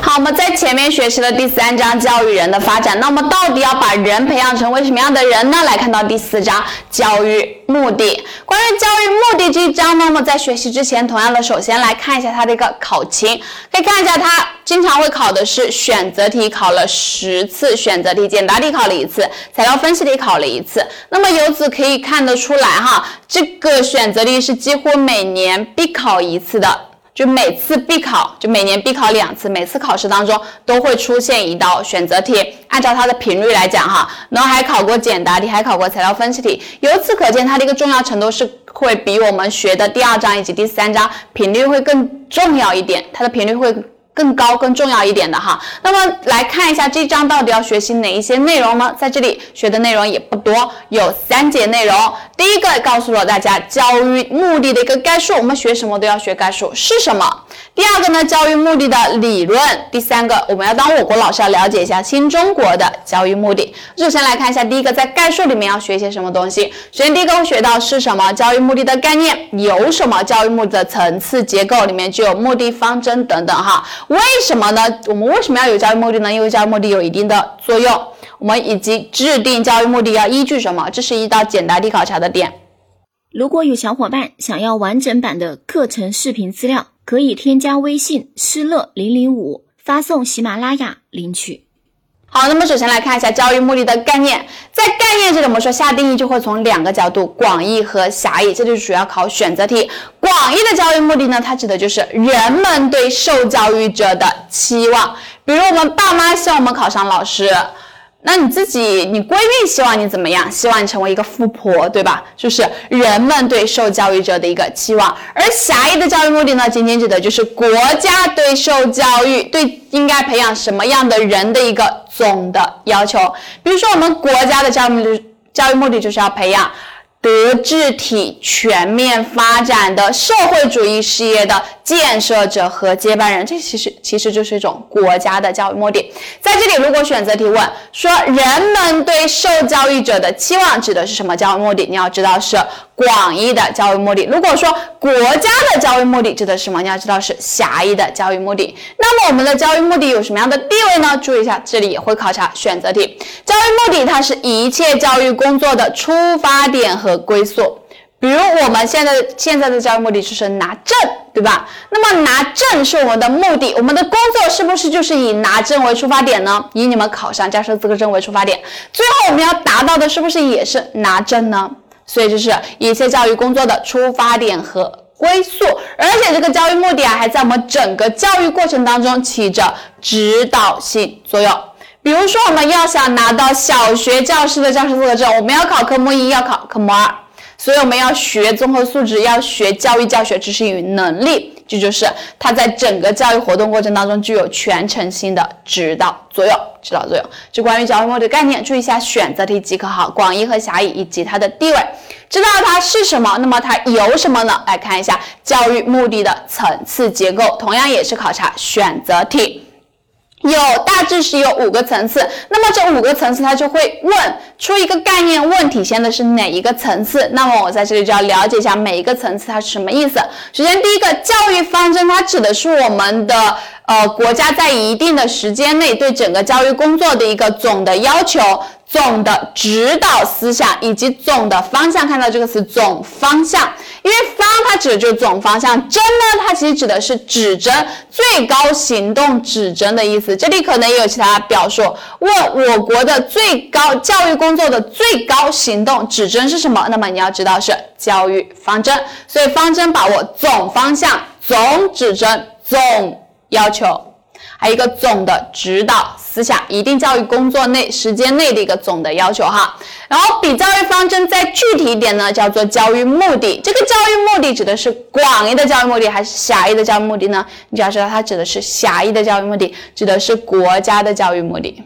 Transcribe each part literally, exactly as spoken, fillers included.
好，我们在前面学习了第三章教育人的发展，那我们到底要把人培养成为什么样的人呢？来看到第四章教育目的。关于教育目的这一章呢，我们在学习之前，同样的首先来看一下它的一个考情，可以看一下它经常会考的是选择题，考了十次，选择题、简答题考了一次，材料分析题考了一次。那么由此可以看得出来哈，这个选择题是几乎每年必考一次的。就每次必考，就每年必考两次，每次考试当中都会出现一道选择题，按照它的频率来讲哈，然后还考过简答题，还考过材料分析题，由此可见它的一个重要程度是会比我们学的第二章以及第三章频率会更重要一点，它的频率会更高更重要一点的哈。那么来看一下这章到底要学习哪一些内容呢？在这里学的内容也不多，有三节内容。第一个告诉了大家教育目的的一个概述，我们学什么都要学概述是什么。第二个呢，教育目的的理论。第三个，我们要当我国老师要了解一下新中国的教育目的。首先来看一下第一个，在概述里面要学一些什么东西。首先第一个会学到是什么教育目的的概念，有什么教育目的的层次结构，里面就有目的方针等等哈。为什么呢？我们为什么要有教育目的呢？因为教育目的有一定的作用。我们以及制定教育目的要依据什么？这是一道简答题考察的点。 如果有小伙伴想要完整版的课程视频资料，可以添加微信师乐零零五，发送喜马拉雅领取。 好，那么首先来看一下教育目的的概念。在概念这里我们说下定义就会从两个角度，广义和狭义，这就主要考选择题。广义的教育目的呢，它指的就是人们对受教育者的期望，比如我们爸妈希望我们考上老师，那你自己你闺蜜希望你怎么样？希望你成为一个富婆，对吧？就是人们对受教育者的一个期望。而狭义的教育目的呢，仅仅指的就是国家对受教育对应该培养什么样的人的一个总的要求。比如说我们国家的教育目的教育目的就是要培养德智体全面发展的社会主义事业的建设者和接班人，这其实其实就是一种国家的教育目的。在这里如果选择题问说人们对受教育者的期望指的是什么教育目的，你要知道是广义的教育目的。如果说国家的教育目的指的是什么，你要知道是狭义的教育目的。那么我们的教育目的有什么样的地位呢？注意一下，这里也会考察选择题。教育目的它是一切教育工作的出发点和归宿。比如我们现在现在的教育目的就是拿证，对吧？那么拿证是我们的目的，我们的工作是不是就是以拿证为出发点呢？以你们考上教师资格证为出发点，最后我们要达到的是不是也是拿证呢？所以这是一切教育工作的出发点和归宿，而且这个教育目的啊，还在我们整个教育过程当中起着指导性作用。比如说我们要想拿到小学教师的教师资格证，我们要考科目一，要考科目二，所以我们要学综合素质，要学教育教学知识与能力，这就是它在整个教育活动过程当中具有全程性的指导作用。指导作用，这关于教育目的概念，注意一下选择题即可好，广义和狭义以及它的地位，知道它是什么，那么它有什么呢？来看一下教育目的的层次结构，同样也是考察选择题。有大致是有五个层次，那么这五个层次它就会问出一个概念，问体现的是哪一个层次，那么我在这里就要了解一下每一个层次它是什么意思。首先第一个教育方针，它指的是我们的呃国家在一定的时间内对整个教育工作的一个总的要求，总的指导思想以及总的方向，看到这个词总方向，因为方它指的就是总方向，针呢它其实指的是指针，最高行动指针的意思。这里可能也有其他表述，问我国的最高教育工作的最高行动指针是什么，那么你要知道是教育方针，所以方针把握总方向、总指针、总要求，还有一个总的指导思想，一定教育工作内时间内的一个总的要求哈。然后比教育方针再具体一点呢，叫做教育目的。这个教育目的指的是广义的教育目的还是狭义的教育目的呢？你就要知道它指的是狭义的教育目的，指的是国家的教育目的。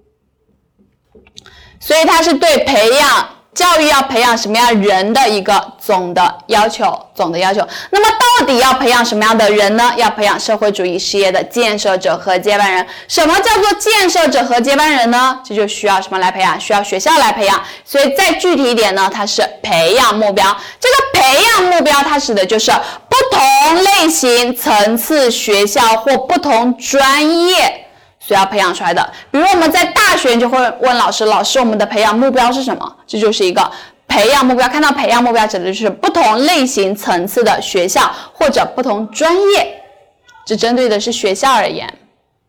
所以它是对培养教育要培养什么样人的一个总的要求，总的要求。那么到底要培养什么样的人呢？要培养社会主义事业的建设者和接班人。什么叫做建设者和接班人呢？这就需要什么来培养？需要学校来培养。所以再具体一点呢，它是培养目标。这个培养目标它指的就是不同类型、层次学校或不同专业所要培养出来的。比如我们在大学就会问老师，老师我们的培养目标是什么？这就是一个培养目标，看到培养目标指的就是不同类型层次的学校或者不同专业，这针对的是学校而言。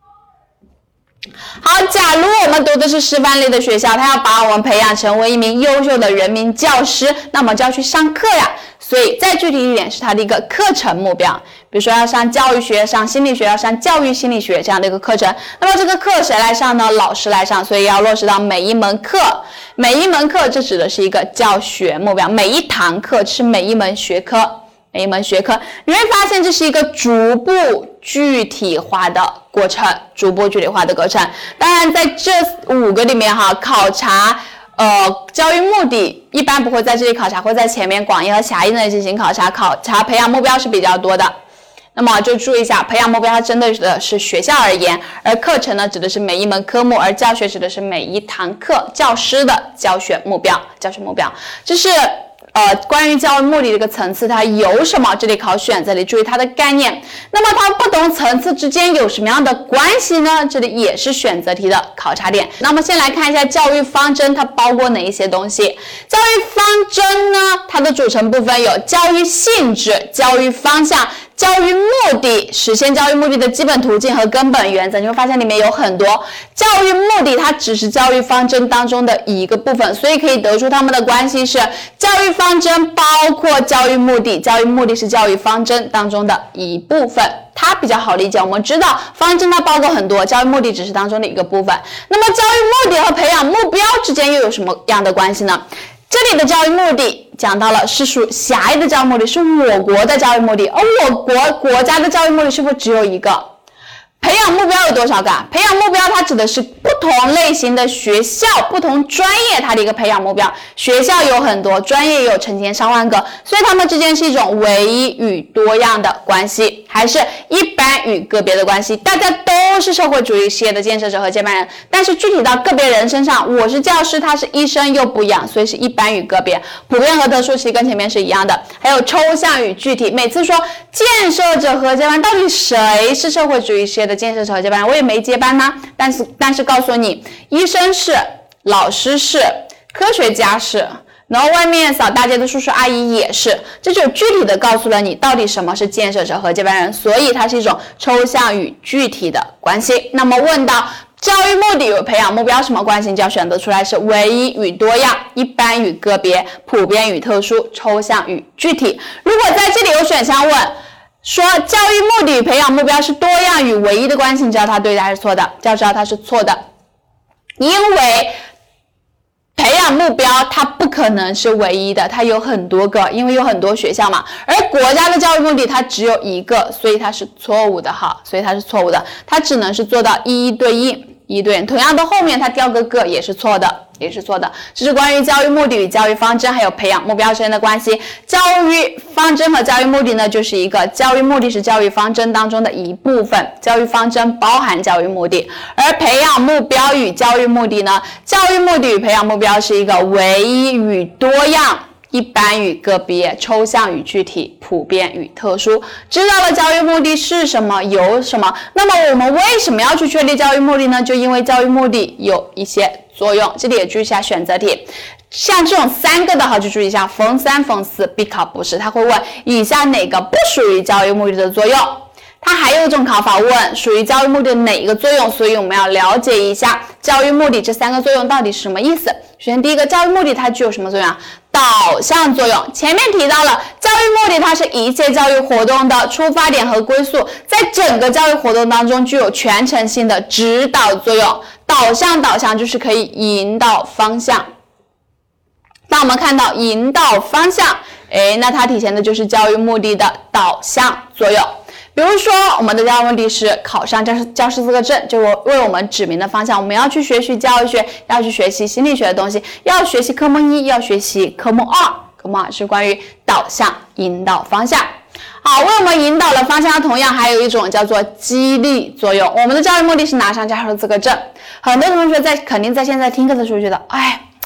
好，假如我们读的是师范类的学校，他要把我们培养成为一名优秀的人民教师，那么就要去上课呀。所以再具体一点是它的一个课程目标，比如说要上教育学、上心理学、要上教育心理学这样的一个课程。那么这个课谁来上呢？老师来上，所以要落实到每一门课。每一门课这指的是一个教学目标，每一堂课是每一门学科。每一门学科，你会发现这是一个逐步具体化的过程，逐步具体化的过程。当然，在这五个里面哈，考察呃教育目的一般不会在这里考察，会在前面广义和狭义内进行考察，考察培养目标是比较多的。那么就注意一下，培养目标它针对的是学校而言，而课程呢指的是每一门科目，而教学指的是每一堂课教师的教学目标，教学目标，这是。呃，关于教育目的这个层次，它有什么？这里考选择里注意它的概念。那么它不同层次之间有什么样的关系呢？这里也是选择题的考察点。那么先来看一下教育方针，它包括哪一些东西？教育方针呢，它的组成部分有教育性质、教育方向、教育目的、实现教育目的的基本途径和根本原则。你会发现里面有很多教育目的，它只是教育方针当中的一个部分，所以可以得出它们的关系是教育方针包括教育目的，教育目的是教育方针当中的一部分。它比较好理解，我们知道方针它包括很多，教育目的只是当中的一个部分。那么教育目的和培养目标之间又有什么样的关系呢？这里的教育目的讲到了是属狭义的教育目的，是我国的教育目的，而我国国家的教育目的是不是只有一个？培养目标有多少个？培养目标它指的是不同类型的学校、不同专业它的一个培养目标。学校有很多，专业有成千上万个，所以它们之间是一种唯一与多样的关系，还是一般与个别的关系。大家都是社会主义事业的建设者和接班人，但是具体到个别人身上，我是教师，他是医生又不一样，所以是一般与个别。普遍和特殊其实跟前面是一样的。还有抽象与具体，每次说建设者和接班人，到底谁是社会主义事业的建设者和接班人？我也没接班呢，但是但是告诉你，医生是，老师是，科学家是，然后外面扫大街的叔叔阿姨也是，这就具体的告诉了你到底什么是建设者和接班人，所以它是一种抽象与具体的关系。那么问到教育目的与培养目标什么关系，你就要选择出来是唯一与多样、一般与个别、普遍与特殊、抽象与具体。如果在这里有选项问说教育目的与培养目标是多样与唯一的关系，你知道它对的还是错的？就要知道它是错的，因为培养目标它不可能是唯一的，它有很多个，因为有很多学校嘛。而国家的教育目的它只有一个，所以它是错误的哈，所以它是错误的，它只能是做到一一对应，一对应。同样的，后面它掉个个也是错的，也是错的。这是关于教育目的与教育方针还有培养目标之间的关系。教育方针和教育目的呢，就是一个教育目的是教育方针当中的一部分，教育方针包含教育目的，而培养目标与教育目的呢，教育目的与培养目标是一个唯一与多样、一般与个别、抽象与具体、普遍与特殊。知道了教育目的是什么，有什么，那么我们为什么要去确立教育目的呢？就因为教育目的有一些作用，这里也注意一下选择题。像这种三个的话就注意一下，逢三逢四必考不是，他会问以下哪个不属于教育目的的作用。它还有一种考法问属于教育目的的哪一个作用，所以我们要了解一下教育目的这三个作用到底是什么意思。首先第一个，教育目的它具有什么作用啊？导向作用。前面提到了教育目的它是一切教育活动的出发点和归宿，在整个教育活动当中具有全程性的指导作用。导向导向就是可以引导方向。当我们看到引导方向，诶，那它体现的就是教育目的的导向作用。比如说我们的教育目的是考上教师教师资格证，就为我们指明的方向，我们要去学习教育学，要去学习心理学的东西，要学习科目一，要学习科目二，科目二是关于导向引导方向。好，为我们引导了方向，同样还有一种叫做激励作用。我们的教育目的是拿上教师资格证，很多同学在肯定在现在听课的时候觉得，哎，有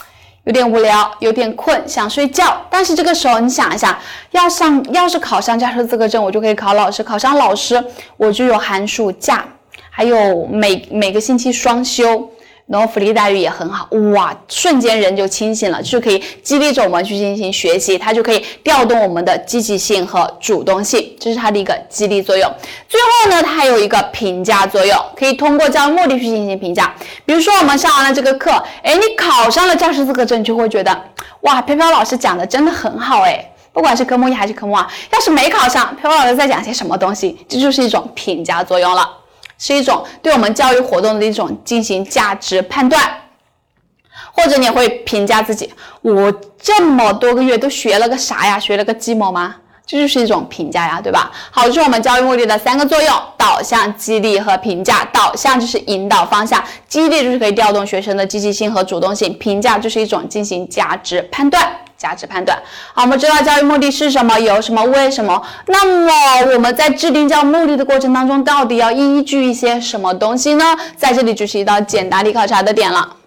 有点无聊，有点困，想睡觉。但是这个时候你想一下，要上要是考上教师资格证，我就可以考老师，考上老师我就有寒暑假，还有每每个星期双休，然后福利待遇也很好，哇，瞬间人就清醒了，就可以激励着我们去进行学习，它就可以调动我们的积极性和主动性，这是它的一个激励作用。最后呢，它还有一个评价作用，可以通过教育目的去进行评价。比如说我们上完了这个课，哎，你考上了教师资格证，就会觉得，哇，飘飘老师讲的真的很好，哎，不管是科目一还是科目二，要是没考上，飘飘老师在讲些什么东西，这就是一种评价作用了。是一种对我们教育活动的一种进行价值判断，或者你会评价自己，我这么多个月都学了个啥呀？学了个鸡毛吗？这就是一种评价呀，对吧？好，这是我们教育目的的三个作用：导向、激励和评价。导向就是引导方向，激励就是可以调动学生的积极性和主动性，评价就是一种进行价值判断。价值判断。好，我们知道教育目的是什么，有什么，为什么。那么我们在制定教育目的的过程当中，到底要依据一些什么东西呢？在这里就是一道简答题考察的点了。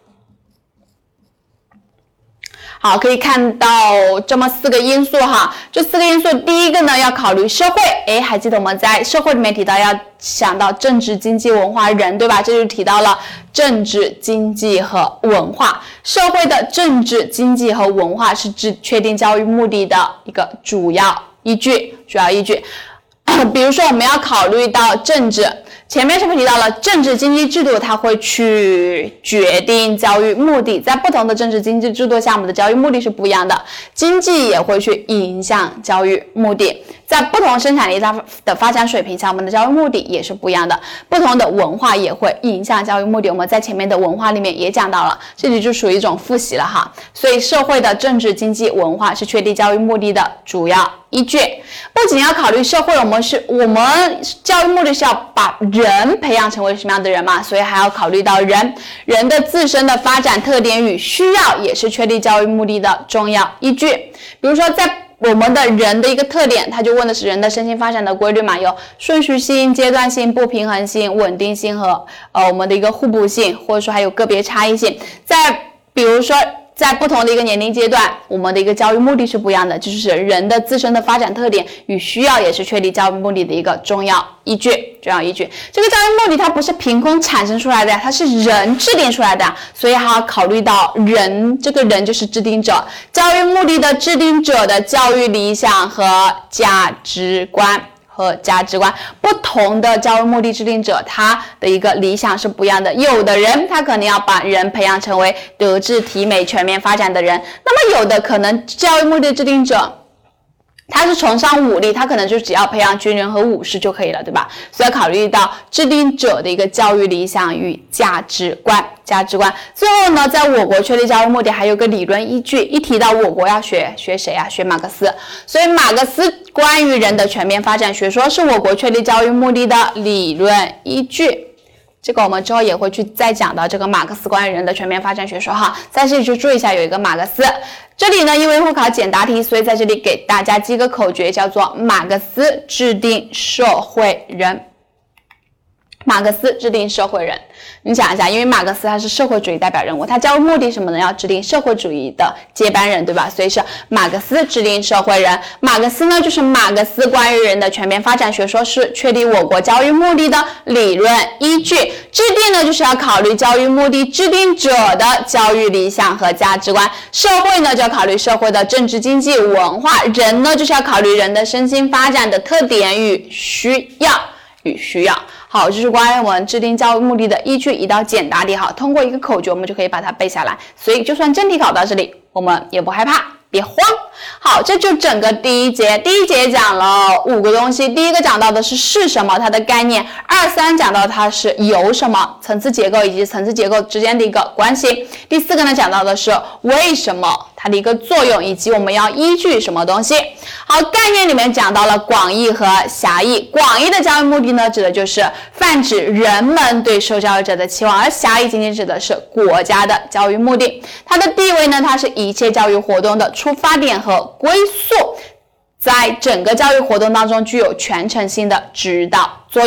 好，可以看到这么四个因素哈，这四个因素，第一个呢要考虑社会，哎，还记得我们在社会里面提到要想到政治、经济、文化、人，对吧？这就提到了政治、经济和文化。社会的政治、经济和文化是指确定教育目的的一个主要依据，主要依据。比如说我们要考虑到政治，前面是不是提到了政治经济制度它会去决定教育目的，在不同的政治经济制度下，我们的教育目的是不一样的，经济也会去影响教育目的，在不同生产力的发展水平下，我们的教育目的也是不一样的，不同的文化也会影响教育目的，我们在前面的文化里面也讲到了，这里就属于一种复习了哈。所以社会的政治经济文化是确定教育目的的主要依据。不仅要考虑社会，我们是我们教育目的是要把人培养成为什么样的人嘛，所以还要考虑到人人的自身的发展特点与需要，也是确立教育目的的重要依据。比如说在我们的人的一个特点，他就问的是人的身心发展的规律嘛，有顺序性、阶段性、不平衡性、稳定性和呃我们的一个互补性，或者说还有个别差异性。在比如说在不同的一个年龄阶段，我们的一个教育目的是不一样的，就是人的自身的发展特点与需要也是确立教育目的的一个重要依据。重要依据，这个教育目的它不是凭空产生出来的呀，它是人制定出来的，所以还要考虑到人，这个人就是制定者，教育目的的制定者的教育理想和价值观。和价值观，不同的教育目的制定者，他的一个理想是不一样的。有的人他可能要把人培养成为德智体美全面发展的人，那么有的可能教育目的制定者他是崇尚武力，他可能就只要培养军人和武士就可以了，对吧？所以要考虑到制定者的一个教育理想与价值观。价值观。最后呢，在我国确立教育目的还有个理论依据，一提到我国要学学谁啊？学马克思。所以马克思关于人的全面发展学说是我国确立教育目的的理论依据。这个我们之后也会去再讲到这个马克思关于人的全面发展学说哈，在这里去注意一下有一个马克思。这里呢，因为会考简答题，所以在这里给大家记个口诀，叫做马克思制定社会人。马克思制定社会人，你想一下，因为马克思他是社会主义代表人物，他教育目的什么呢？要制定社会主义的接班人，对吧？所以是马克思制定社会人。马克思呢，就是马克思关于人的全面发展学说是确立我国教育目的的理论依据。制定呢，就是要考虑教育目的制定者的教育理想和价值观。社会呢，就要考虑社会的政治、经济、文化。人呢，就是要考虑人的身心发展的特点与需要与需要。好，这是关于我们制定教育目的的依据，一道简答题。好，通过一个口诀，我们就可以把它背下来。所以，就算真题考到这里，我们也不害怕，别慌。好，这就整个第一节。第一节讲了五个东西，第一个讲到的是是什么，它的概念；二三讲到它是由什么，层次结构以及层次结构之间的一个关系；第四个呢，讲到的是为什么，它的一个作用，以及我们要依据什么东西。好，概念里面讲到了广义和狭义。广义的教育目的呢，指的就是泛指人们对受教育者的期望，而狭义仅仅指的是国家的教育目的。它的地位呢，它是一切教育活动的出发点和归宿，在整个教育活动当中具有全程性的指导作用。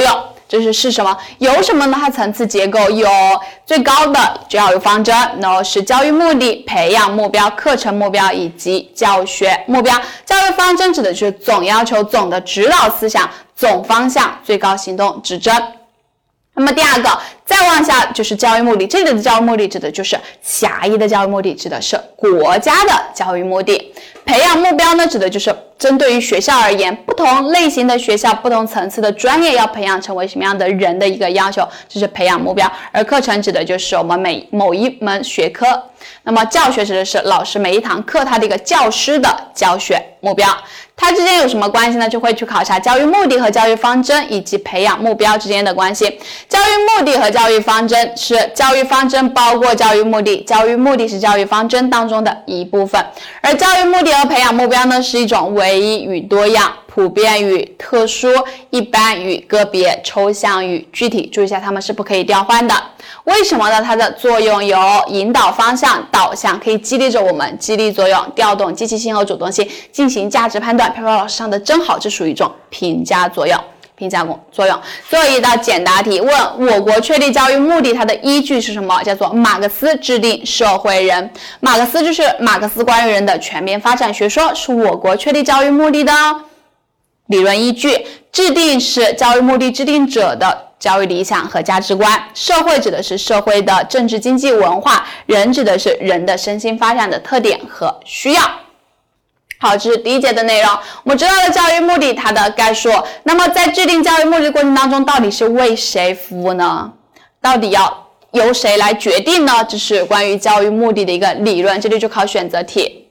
这是是什么？有什么呢？它层次结构有最高的教育方针，然后是教育目的、培养目标、课程目标以及教学目标。教育方针指的是总要求、总的指导思想、总方向、最高行动指针。那么第二个，再往下就是教育目的，这里的教育目的指的就是狭义的教育目的，指的是国家的教育目的。培养目标呢，指的就是针对于学校而言，不同类型的学校、不同层次的专业要培养成为什么样的人的一个要求，这是培养目标。而课程指的就是我们每某一门学科。那么教学指的是老师每一堂课他的一个教师的教学目标。它之间有什么关系呢？就会去考察教育目的和教育方针以及培养目标之间的关系。教育目的和教育方针是教育方针包括教育目的，教育目的是教育方针当中的一部分。而教育目的和培养目标呢，是一种唯一与多样、普遍与特殊、一般与个别、抽象与具体。注意一下，它们是不可以调换的。为什么呢？它的作用有引导方向、导向，可以激励着我们，激励作用，调动积极性和主动性，进行价值判断。飘飘老师上的真好，这属于一种评价作用。评价作用。最后一道简答题问：我国确立教育目的，它的依据是什么？叫做马克思制定社会人。马克思就是马克思关于人的全面发展学说，是我国确立教育目的的理论依据。制定是教育目的制定者的教育理想和价值观。社会指的是社会的政治、经济、文化。人指的是人的身心发展的特点和需要。好，这是第一节的内容。我们知道了教育目的它的概述。那么在制定教育目的过程当中，到底是为谁服务呢？到底要由谁来决定呢？这是关于教育目的的一个理论。这里就考选择题。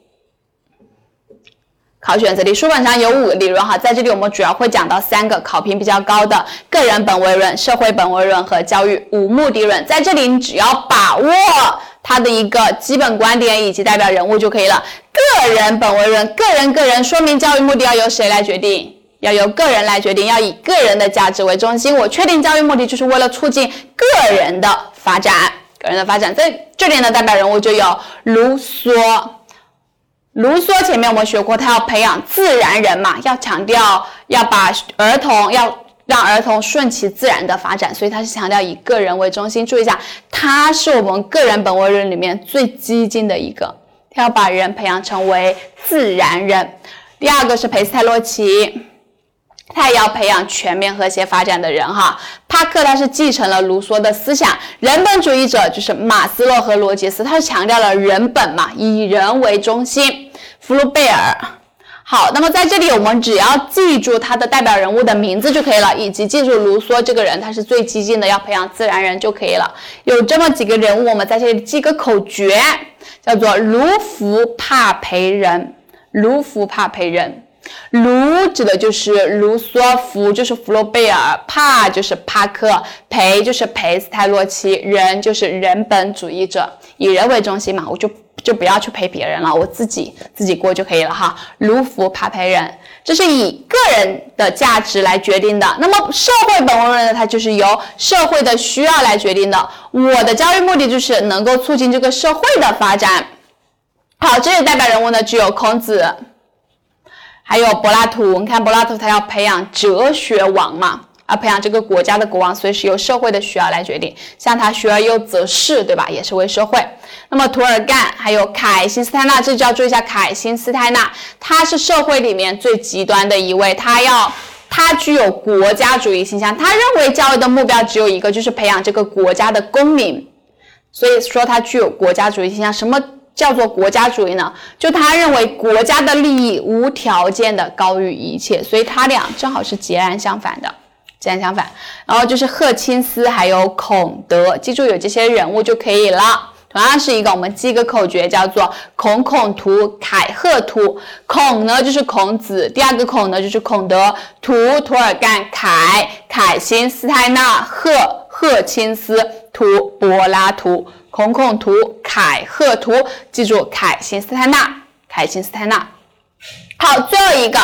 考选择题，书本上有五个理论哈，在这里我们主要会讲到三个考评比较高的：个人本位论、社会本位论和教育无目的论。在这里你只要把握它的一个基本观点以及代表人物就可以了。个人本位论，个人个人说明教育目的要由谁来决定？要由个人来决定，要以个人的价值为中心。我确定教育目的就是为了促进个人的发展，个人的发展。在这里的代表人物就有卢梭。卢梭前面我们学过，他要培养自然人嘛，要强调要把儿童要让儿童顺其自然的发展，所以他是强调以个人为中心。注意一下，他是我们个人本位论里面最激进的一个，他要把人培养成为自然人。第二个是裴斯泰洛奇，他也要培养全面和谐发展的人哈。帕克他是继承了卢梭的思想，人本主义者就是马斯洛和罗杰斯，他是强调了人本嘛，以人为中心。福禄贝尔。好，那么在这里我们只要记住他的代表人物的名字就可以了，以及记住卢梭这个人他是最激进的，要培养自然人就可以了。有这么几个人物，我们在这里记个口诀，叫做卢福帕培仁。卢福帕培仁，卢指的就是卢梭，福就是福禄贝尔，帕就是帕克，培就是裴斯泰洛奇，人就是人本主义者，以人为中心嘛，我就就不要去陪别人了，我自己自己过就可以了哈。卢福帕培仁，这是以个人的价值来决定的。那么社会本位论呢，它就是由社会的需要来决定的。我的教育目的就是能够促进这个社会的发展。好，这里代表人物呢，只有孔子，还有柏拉图。你看柏拉图他要培养哲学王嘛，要培养这个国家的国王，所以是由社会的需要来决定。像他学而优则仕，对吧？也是为社会。那么涂尔干还有凯辛斯泰纳，这就要注意一下凯辛斯泰纳，他是社会里面最极端的一位，他要他具有国家主义倾向，他认为教育的目标只有一个，就是培养这个国家的公民，所以说他具有国家主义倾向。什么叫做国家主义呢？就他认为国家的利益无条件的高于一切，所以他俩正好是截然相反的。截然相反。然后就是赫钦斯还有孔德，记住有这些人物就可以了。同样是一个，我们记一个口诀，叫做孔孔图凯赫图。孔呢就是孔子，第二个孔呢就是孔德，图涂尔干，凯凯辛斯泰纳，赫赫钦斯，图柏拉图。孔孔图凯赫图，记住凯辛斯泰纳，凯辛斯泰纳。好，最后一个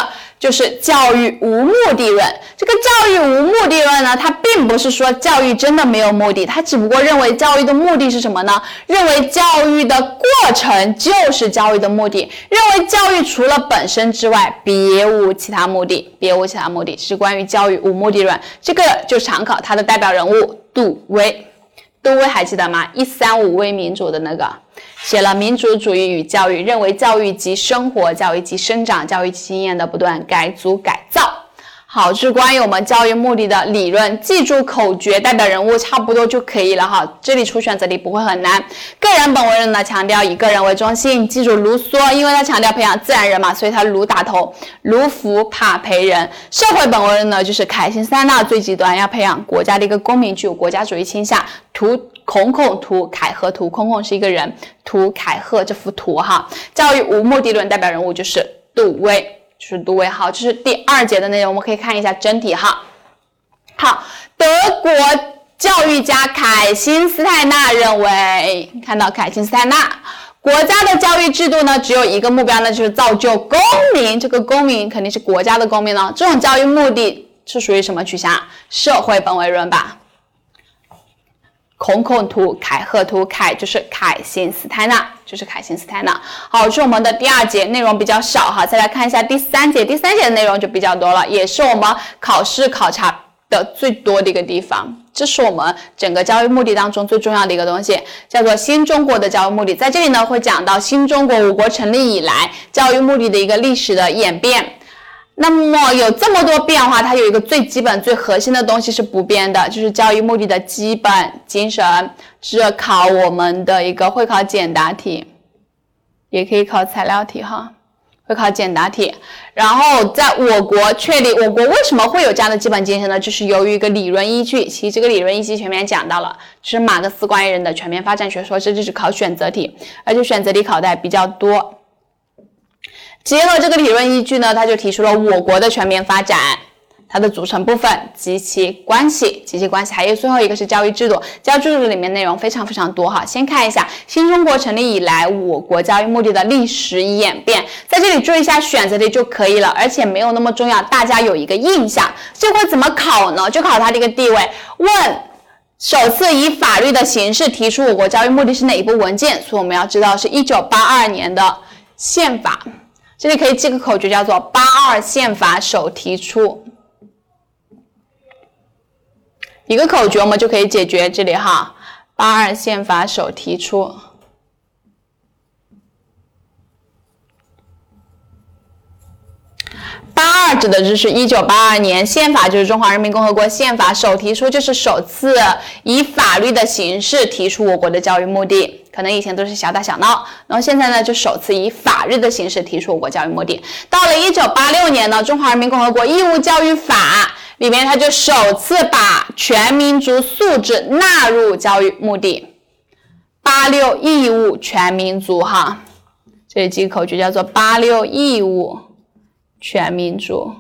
就是教育无目的论。这个教育无目的论呢，它并不是说教育真的没有目的，它只不过认为教育的目的是什么呢？认为教育的过程就是教育的目的，认为教育除了本身之外别无其他目的，别无其他目的，是关于教育无目的论。这个就常考它的代表人物杜威。杜威还记得吗？一三五为民主的那个，写了民主主义与教育，认为教育即生活，教育即生长，教育即经验的不断改组改造。好，这是关于我们教育目的的理论，记住口诀代表人物差不多就可以了哈。这里出选择题不会很难。个人本位论呢，强调以个人为中心，记住卢梭，因为他强调培养自然人嘛，所以他卢打头，卢浮怕培人。社会本位论呢，就是凯辛斯泰纳最极端，要培养国家的一个公民，具有国家主义倾向。图孔孔图凯和图，孔孔是一个人，图凯赫这幅图哈。教育无目的论代表人物就是杜威。就是杜威。好，这是第二节的内容，我们可以看一下真题哈。好，德国教育家凯辛斯泰纳认为，看到凯辛斯泰纳，国家的教育制度呢只有一个目标呢，就是造就公民，这个公民肯定是国家的公民呢。这种教育目的是属于什么取向？社会本位论吧。孔孔图凯赫图，凯就是凯辛斯泰纳，就是凯辛斯泰纳。好，这是我们的第二节，内容比较少哈。再来看一下第三节，第三节的内容就比较多了，也是我们考试考察的最多的一个地方。这是我们整个教育目的当中最重要的一个东西，叫做新中国的教育目的。在这里呢，会讲到新中国我国成立以来教育目的的一个历史的演变。那么有这么多变化，它有一个最基本最核心的东西是不变的，就是教育目的的基本精神。是考我们的一个会考简答题，也可以考材料题哈，会考简答题。然后在我国确立，我国为什么会有这样的基本精神呢？就是由于一个理论依据，其实这个理论依据前面讲到了，就是马克思关于人的全面发展学说，这就是考选择题，而且选择题考的还比较多。结合这个理论依据呢，他就提出了我国的全面发展，它的组成部分及其关系，及其关系，还有最后一个是教育制度。教育制度里面内容非常非常多哈。先看一下新中国成立以来我国教育目的的历史演变，在这里注意一下选择题就可以了，而且没有那么重要，大家有一个印象。这会怎么考呢？就考它的一个地位，问首次以法律的形式提出我国教育目的是哪一部文件？所以我们要知道是一九八二年的宪法。这里可以记个口诀，叫做八二宪法首提出。一个口诀我们就可以解决这里哈，八二宪法首提出。八二指的就是一九八二年，宪法就是中华人民共和国宪法，首提出就是首次以法律的形式提出我国的教育目的，可能以前都是小打小闹，然后现在呢就首次以法律的形式提出我国教育目的。到了一九八六年呢，中华人民共和国义务教育法里面，它就首次把全民族素质纳入教育目的。八六义务全民族哈，这里记个口诀叫做八六义务全民族。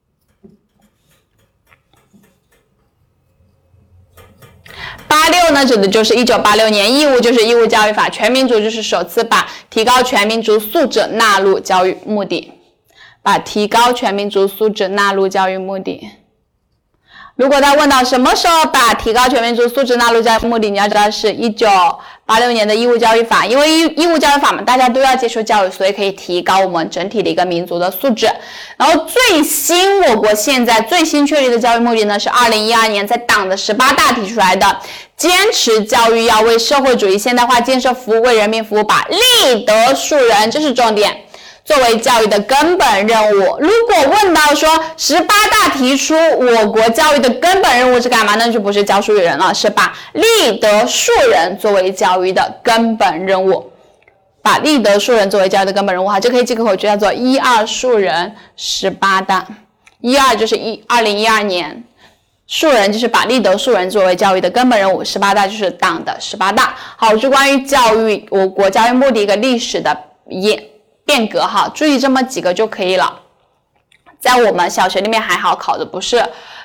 八六呢指的就是一九八六年，义务就是义务教育法，全民族就是首次把提高全民族素质纳入教育目的，把提高全民族素质纳入教育目的。如果他问到什么时候把提高全民族素质纳入教育目的，你要知道是一九八六年的义务教育法，因为义义务教育法嘛，大家都要接受教育，所以可以提高我们整体的一个民族的素质。然后最新我国现在最新确立的教育目的呢，是二零一二年在党的十八大提出来的，坚持教育要为社会主义现代化建设服务，为人民服务，把立德树人，这是重点，作为教育的根本任务。如果问到说十八大提出我国教育的根本任务是干嘛呢？就不是教书育人了，是把立德树人作为教育的根本任务。把立德树人作为教育的根本任务哈，就可以记个口诀叫做一二树人十八大。一二就是一二零一二年，树人就是把立德树人作为教育的根本任务，十八大就是党的十八大。好，是关于教育我国教育目的一个历史的演变革哈，注意这么几个就可以了。在我们小学里面还好，考的不是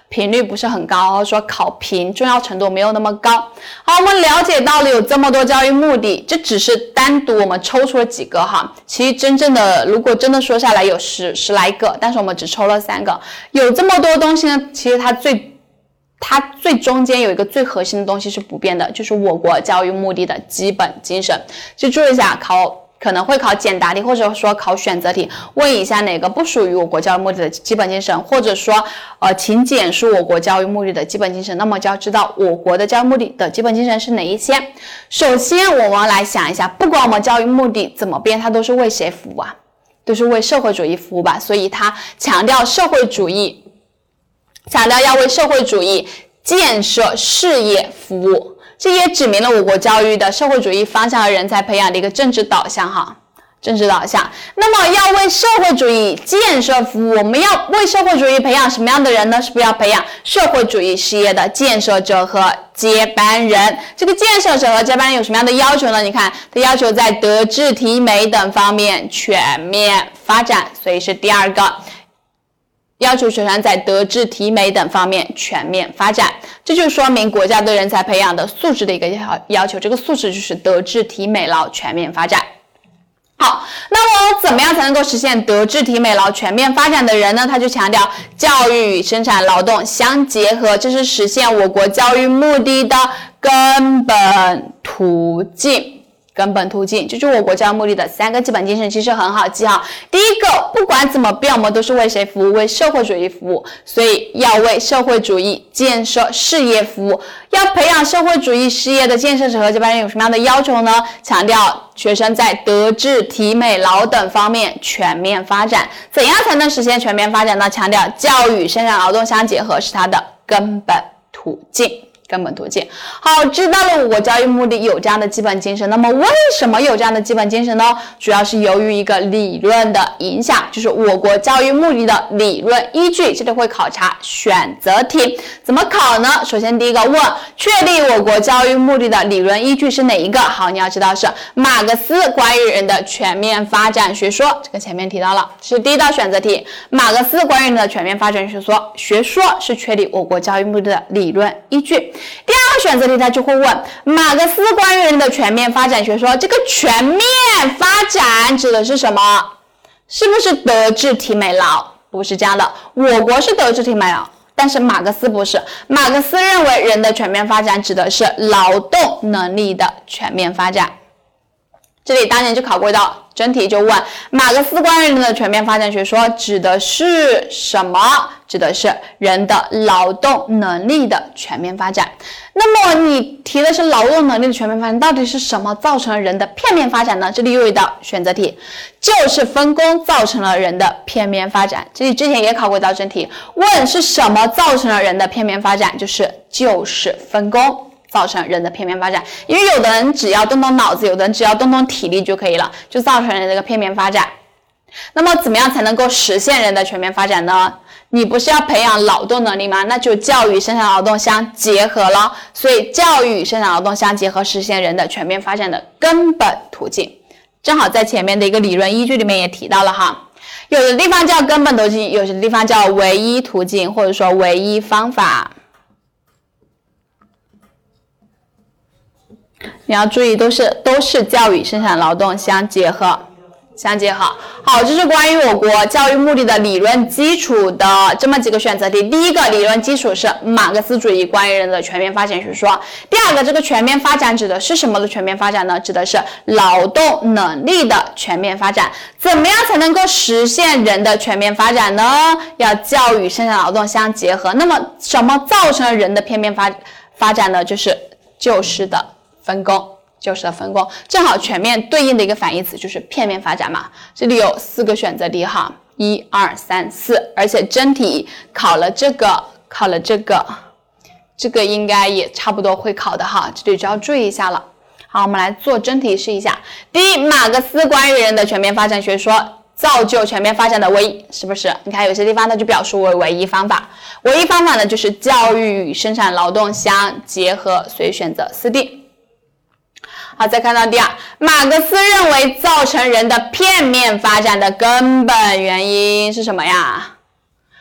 频率不是很高，说考评重要程度没有那么高。好，我们了解到了有这么多教育目的，这只是单独我们抽出了几个哈。其实真正的如果真的说下来有十十来个，但是我们只抽了三个。有这么多东西呢，其实它最它最中间有一个最核心的东西是不变的，就是我国教育目的的基本精神。就注意一下，考可能会考简答题，或者说考选择题，问一下哪个不属于我国教育目的的基本精神，或者说呃，请简述我国教育目的的基本精神，那么就要知道我国的教育目的的基本精神是哪一些。首先我们来想一下，不管我们教育目的怎么变，它都是为谁服务啊？都是为社会主义服务吧，所以它强调社会主义，强调要为社会主义建设事业服务。这也指明了我国教育的社会主义方向和人才培养的一个政治导向哈，政治导向。那么要为社会主义建设服务，我们要为社会主义培养什么样的人呢？是不是要培养社会主义事业的建设者和接班人？这个建设者和接班人有什么样的要求呢？你看，它要求在德智体美等方面全面发展，所以是第二个。要求学生在德智体美等方面全面发展，这就说明国家对人才培养的素质的一个要求，这个素质就是德智体美劳全面发展。好，那么怎么样才能够实现德智体美劳全面发展的人呢？他就强调教育与生产劳动相结合，这是实现我国教育目的的根本途径。根本途径，这就是我国教育目的的三个基本精神，其实很好记哈。第一个，不管怎么变，我们都是为谁服务？为社会主义服务，所以要为社会主义建设事业服务。要培养社会主义事业的建设者和接班人有什么样的要求呢？强调学生在德智体美劳等方面全面发展。怎样才能实现全面发展呢？强调教育与生产劳动相结合是它的根本途径。根本途径。好，知道了我国教育目的有这样的基本精神，那么为什么有这样的基本精神呢？主要是由于一个理论的影响，就是我国教育目的的理论依据。这里会考察选择题，怎么考呢？首先第一个问，确立我国教育目的的理论依据是哪一个？好，你要知道是马克思关于人的全面发展学说，这个前面提到了，是第一道选择题。马克思关于人的全面发展学说，学说是确立我国教育目的的理论依据。第二个选择题他就会问，马克思关于人的全面发展学说，这个全面发展指的是什么？是不是德智体美劳？不是这样的，我国是德智体美劳，但是马克思不是。马克思认为人的全面发展指的是劳动能力的全面发展。这里当年就考过一道真题，就问马克思关于人的全面发展学说指的是什么？指的是人的劳动能力的全面发展。那么你提的是劳动能力的全面发展，到底是什么造成了人的片面发展呢？这里又有一道选择题，就是分工造成了人的片面发展。这里之前也考过一道真题，问是什么造成了人的片面发展，就是就是分工造成人的片面发展。因为有的人只要动动脑子，有的人只要动动体力就可以了，就造成人这个片面发展。那么怎么样才能够实现人的全面发展呢？你不是要培养劳动能力吗？那就教育生产劳动相结合了。所以教育与生产劳动相结合，实现人的全面发展的根本途径。正好在前面的一个理论依据里面也提到了哈，有的地方叫根本途径，有的地方叫唯一途径，或者说唯一方法。你要注意，都是都是教育生产劳动相结合，相结合。好，这是关于我国教育目的的理论基础的这么几个选择题。第一个理论基础是马克思主义关于人的全面发展学说。第二个，这个全面发展指的是什么的全面发展呢？指的是劳动能力的全面发展。怎么样才能够实现人的全面发展呢？要教育生产劳动相结合。那么什么造成了人的片面发发展呢？就是就是的分工，就是的分工，正好全面对应的一个反义词就是片面发展嘛。这里有四个选择题哈，一二三四，而且真题考了这个，考了这个，这个应该也差不多会考的哈，这里就要注意一下了。好，我们来做真题试一下。第一，马克思关于人的全面发展学说造就全面发展的唯一，是不是？你看有些地方它就表述为唯一方法，唯一方法呢就是教育与生产劳动相结合，所以选择四 D。好，再看到第二，马克思认为造成人的片面发展的根本原因是什么呀？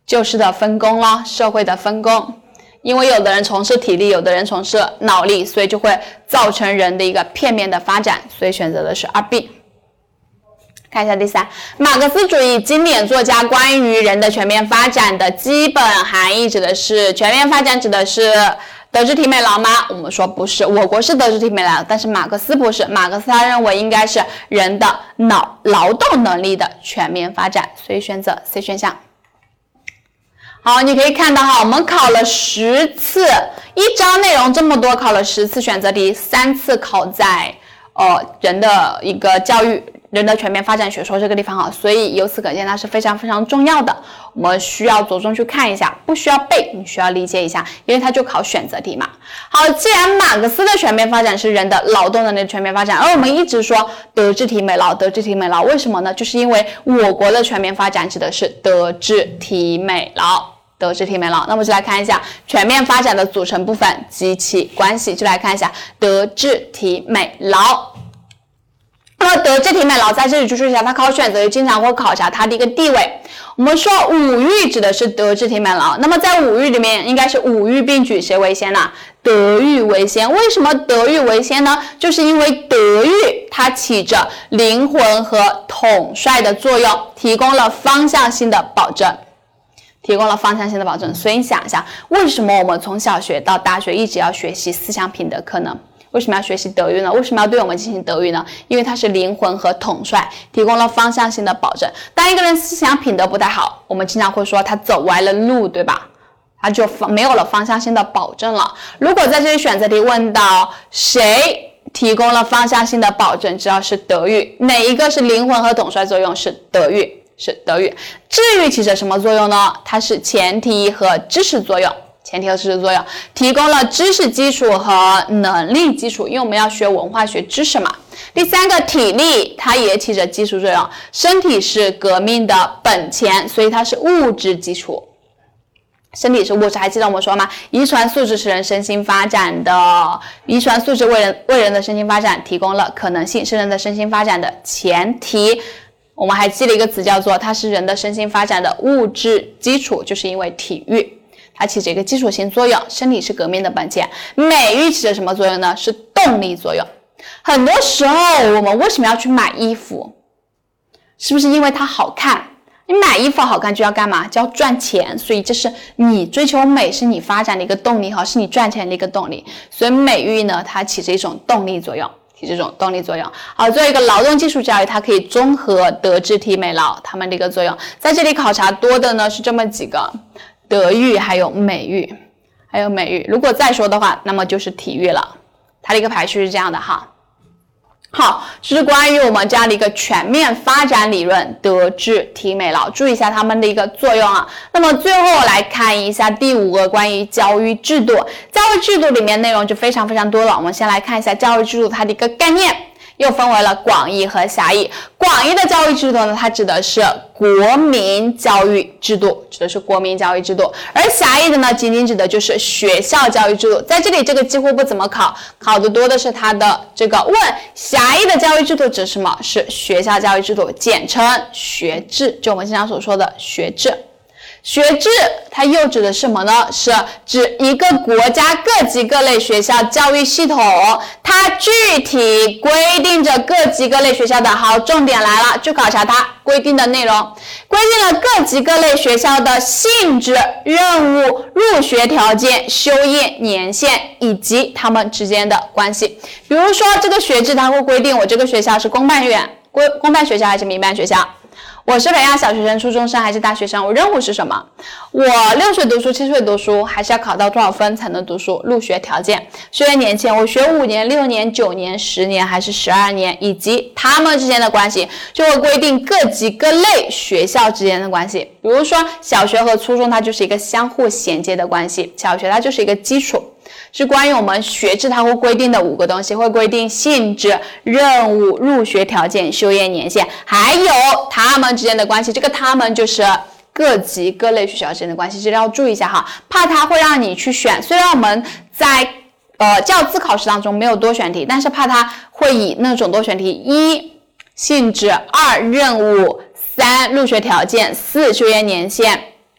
就事的分工了，社会的分工。因为有的人从事体力，有的人从事脑力，所以就会造成人的一个片面的发展，所以选择的是二 B。 看一下第三，马克思主义经典作家关于人的全面发展的基本含义指的是全面发展指的是德智体美劳吗？我们说不是，我国是德智体美劳，但是马克思不是，马克思他认为应该是人的脑劳动能力的全面发展，所以选择 C 选项。好，你可以看到哈，我们考了十次，一章内容这么多，考了十次选择题，三次考在呃人的一个教育。人的全面发展学说这个地方哈，所以由此可见它是非常非常重要的，我们需要着重去看一下，不需要背，你需要理解一下，因为它就考选择题嘛。好，既然马克思的全面发展是人的劳动能力的全面发展，而我们一直说德智体美劳，德智体美劳，为什么呢？就是因为我国的全面发展指的是德智体美劳。德智体美劳，那么就来看一下全面发展的组成部分及其关系，就来看一下德智体美劳。那么德智体美劳在这里就注意一下，它考选择题经常会考察它的一个地位。我们说五育指的是德智体美劳，那么在五育里面应该是五育并举，谁为先呢？德育为先。为什么德育为先呢？就是因为德育它起着灵魂和统帅的作用，提供了方向性的保证。提供了方向性的保证，所以你想一下，为什么我们从小学到大学一直要学习思想品德课呢？为什么要学习德育呢？为什么要对我们进行德育呢？因为它是灵魂和统帅，提供了方向性的保证。当一个人思想品德不太好，我们经常会说他走歪了路，对吧？他就没有了方向性的保证了。如果在这里选择题问到谁提供了方向性的保证，只要是德育，哪一个是灵魂和统帅作用？是德育。是德育。智育起着什么作用呢？它是前提和知识作用，前提和知识作用，提供了知识基础和能力基础，因为我们要学文化学知识嘛。第三个体力，它也起着基础作用，身体是革命的本钱，所以它是物质基础。身体是物质，还记得我们说吗？遗传素质是人身心发展的，遗传素质为人为人的身心发展提供了可能性，是人的身心发展的前提。我们还记了一个词叫做它是人的身心发展的物质基础，就是因为体育它起着一个基础性作用，身体是革命的本钱。美育起着什么作用呢？是动力作用。很多时候我们为什么要去买衣服？是不是因为它好看？你买衣服好看就要干嘛？就要赚钱，所以这是你追求美是你发展的一个动力，是你赚钱的一个动力。所以美育呢，它起着一种动力作用。这种动力作用。好，作为一个劳动技术教育，它可以综合德智体美劳它们的一个作用。在这里考察多的呢是这么几个，德育还有美育，还有美育。如果再说的话，那么就是体育了。它的一个排序是这样的哈。好，这是关于我们这样的一个全面发展理论德智体美劳，注意一下它们的一个作用啊。那么最后来看一下第五个关于教育制度，教育制度里面内容就非常非常多了。我们先来看一下教育制度它的一个概念，又分为了广义和狭义。广义的教育制度呢，它指的是国民教育制度，指的是国民教育制度，而狭义的呢，仅仅指的就是学校教育制度。在这里这个几乎不怎么考，考的多的是它的这个问狭义的教育制度指什么？是学校教育制度，简称学制，就我们经常所说的学制。学制它又指的是什么呢？是指一个国家各级各类学校教育系统，它具体规定着各级各类学校的，好，重点来了，去考察它规定的内容，规定了各级各类学校的性质、任务、入学条件、修业年限以及它们之间的关系。比如说这个学制它会规定我这个学校是公办院、公办学校还是民办学校，我是培养小学生、初中生还是大学生？我任务是什么？我六岁读书、七岁读书，还是要考到多少分才能读书？入学条件、修业年限，我学五年、六年、九年、十年还是十二年，以及他们之间的关系，就会规定各级各类学校之间的关系。比如说小学和初中，它就是一个相互衔接的关系，小学它就是一个基础。是关于我们学制它会规定的五个东西，会规定性质、任务、入学条件、修业年限，还有他们之间的关系。这个他们就是各级各类学校之间的关系，这里要注意一下哈，怕它会让你去选。虽然我们在呃教资考试当中没有多选题，但是怕它会以那种多选题：一性质，二任务，三入学条件，四修业年限。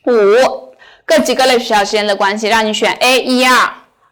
五，各级各类学校之间的关系，让你选 A 一二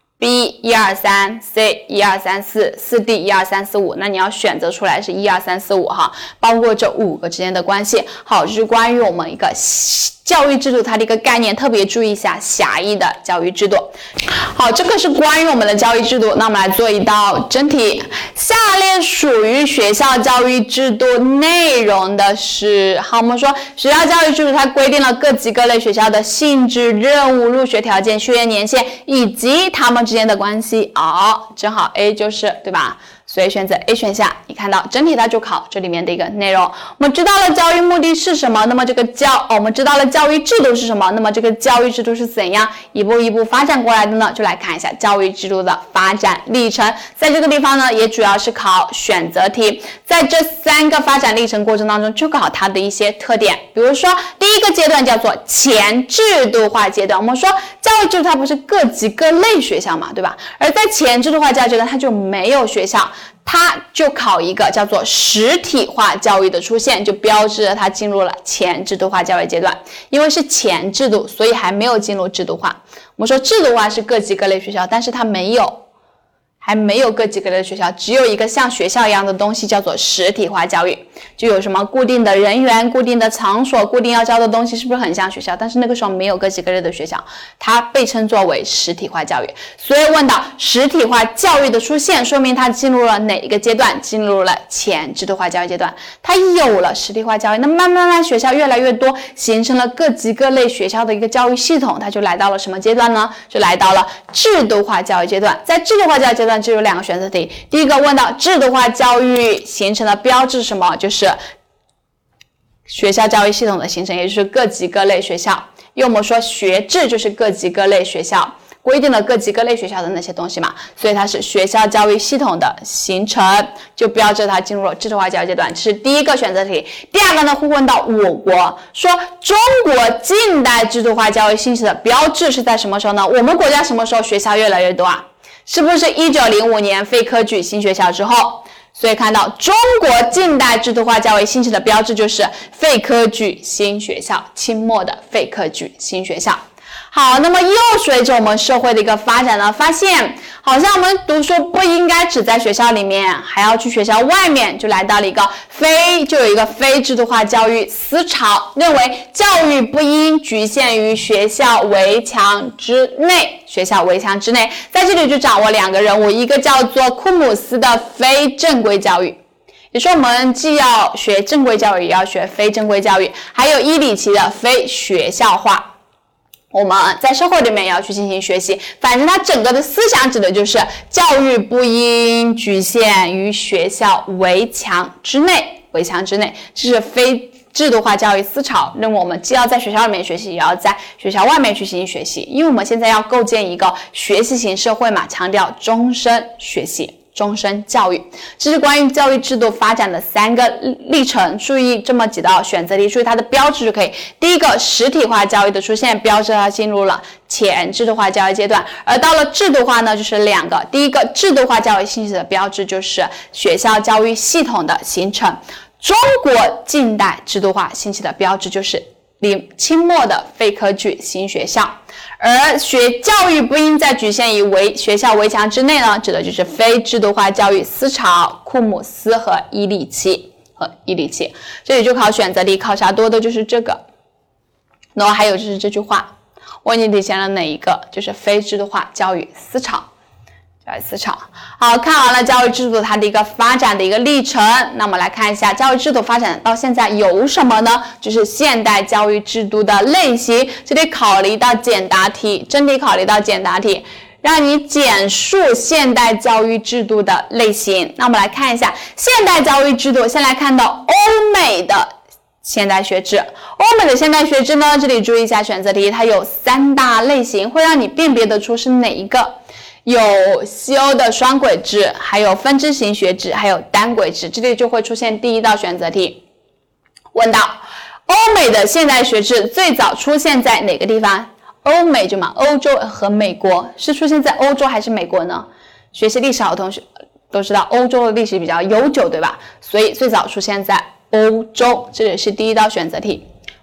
B 一二三 C 一二三四 四 D 一二三四五，那你要选择出来是一二三四五哈，包括这五个之间的关系。好，这是关于我们一个教育制度它的一个概念，特别注意一下狭义的教育制度。好，这个是关于我们的教育制度。那我们来做一道真题，下列属于学校教育制度内容的是，好，我们说学校教育制度它规定了各级各类学校的性质、任务、入学条件、学员年限以及他们之间的关系。哦，正好 A 就是对吧？所以选择 A 选项，你看到真题它就考这里面的一个内容。我们知道了教育目的是什么，那么这个教、哦、我们知道了教育制度是什么，那么这个教育制度是怎样一步一步发展过来的呢？就来看一下教育制度的发展历程。在这个地方呢，也主要是考选择题，在这三个发展历程过程当中，就考它的一些特点。比如说第一个阶段叫做前制度化阶段，我们说教育制度它不是各级各类学校嘛，对吧？而在前制度化教育阶段，它就没有学校，它就考一个叫做实体化教育的出现，就标志着它进入了前制度化教育阶段。因为是前制度，所以还没有进入制度化。我们说制度化是各级各类学校，但是它没有还没有各级各类的学校，只有一个像学校一样的东西叫做实体化教育，就有什么固定的人员、固定的场所、固定要教的东西，是不是很像学校？但是那个时候没有各级各类的学校，它被称作为实体化教育。所以问到实体化教育的出现，说明它进入了哪一个阶段？进入了前制度化教育阶段。它有了实体化教育，那慢慢慢学校越来越多，形成了各级各类学校的一个教育系统，它就来到了什么阶段呢？就来到了制度化教育阶段。在制度化教育阶段就有两个选择题，第一个问到制度化教育形成的标志是什么？就是学校教育系统的形成，也就是各级各类学校。因为我们说学制就是各级各类学校规定了各级各类学校的那些东西嘛，所以它是学校教育系统的形成，就标志它进入了制度化教育阶段。这是第一个选择题。第二个呢，会问到我国，说中国近代制度化教育兴起的标志是在什么时候呢？我们国家什么时候学校越来越多啊？是不是一九零五年废科举新学校之后？所以看到中国近代制度化教育兴起的标志就是废科举新学校，清末的废科举新学校。好，那么又随着我们社会的一个发展呢，发现好像我们读书不应该只在学校里面，还要去学校外面，就来到了一个非就有一个非制度化教育思潮，认为教育不应局限于学校围墙之内，学校围墙之内。在这里就掌握两个人物，一个叫做库姆斯的非正规教育，也说我们既要学正规教育，也要学非正规教育，还有伊里奇的非学校化。我们在社会里面也要去进行学习，反正它整个的思想指的就是教育不应局限于学校围墙之内，围墙之内，这是非制度化教育思潮，认为我们既要在学校里面学习，也要在学校外面去进行学习，因为我们现在要构建一个学习型社会嘛，强调终身学习。终身教育，这是关于教育制度发展的三个历程。注意这么几道选择题，注意它的标志就可以。第一个，实体化教育的出现，标志它进入了前制度化教育阶段。而到了制度化呢，就是两个。第一个，制度化教育兴起的标志就是学校教育系统的形成。中国近代制度化兴起的标志就是清末的废科举新学校。而学教育不应再局限于围学校围墙之内呢，指的就是非制度化教育思潮，库姆斯和伊里奇和伊里奇。这里就考选择题，考察多的就是这个。然后还有就是这句话，问你体现了哪一个？就是非制度化教育思潮。教育思潮。好，看完了教育制度它的一个发展的一个历程，那么来看一下教育制度发展到现在有什么呢？就是现代教育制度的类型。这里考了一道简答题，真题考了一道简答题，让你简述现代教育制度的类型。那我们来看一下现代教育制度，先来看到欧美的现代学制。欧美的现代学制呢，这里注意一下选择题，它有三大类型，会让你辨别得出是哪一个。有西欧的双轨制，还有分支型学制，还有单轨制。这里就会出现第一道选择题，问到欧美的现代学制最早出现在哪个地方？欧美就嘛，欧洲和美国，是出现在欧洲还是美国呢？学习历史好的同学都知道欧洲的历史比较悠久，对吧？所以最早出现在欧洲，这里是第一道选择题。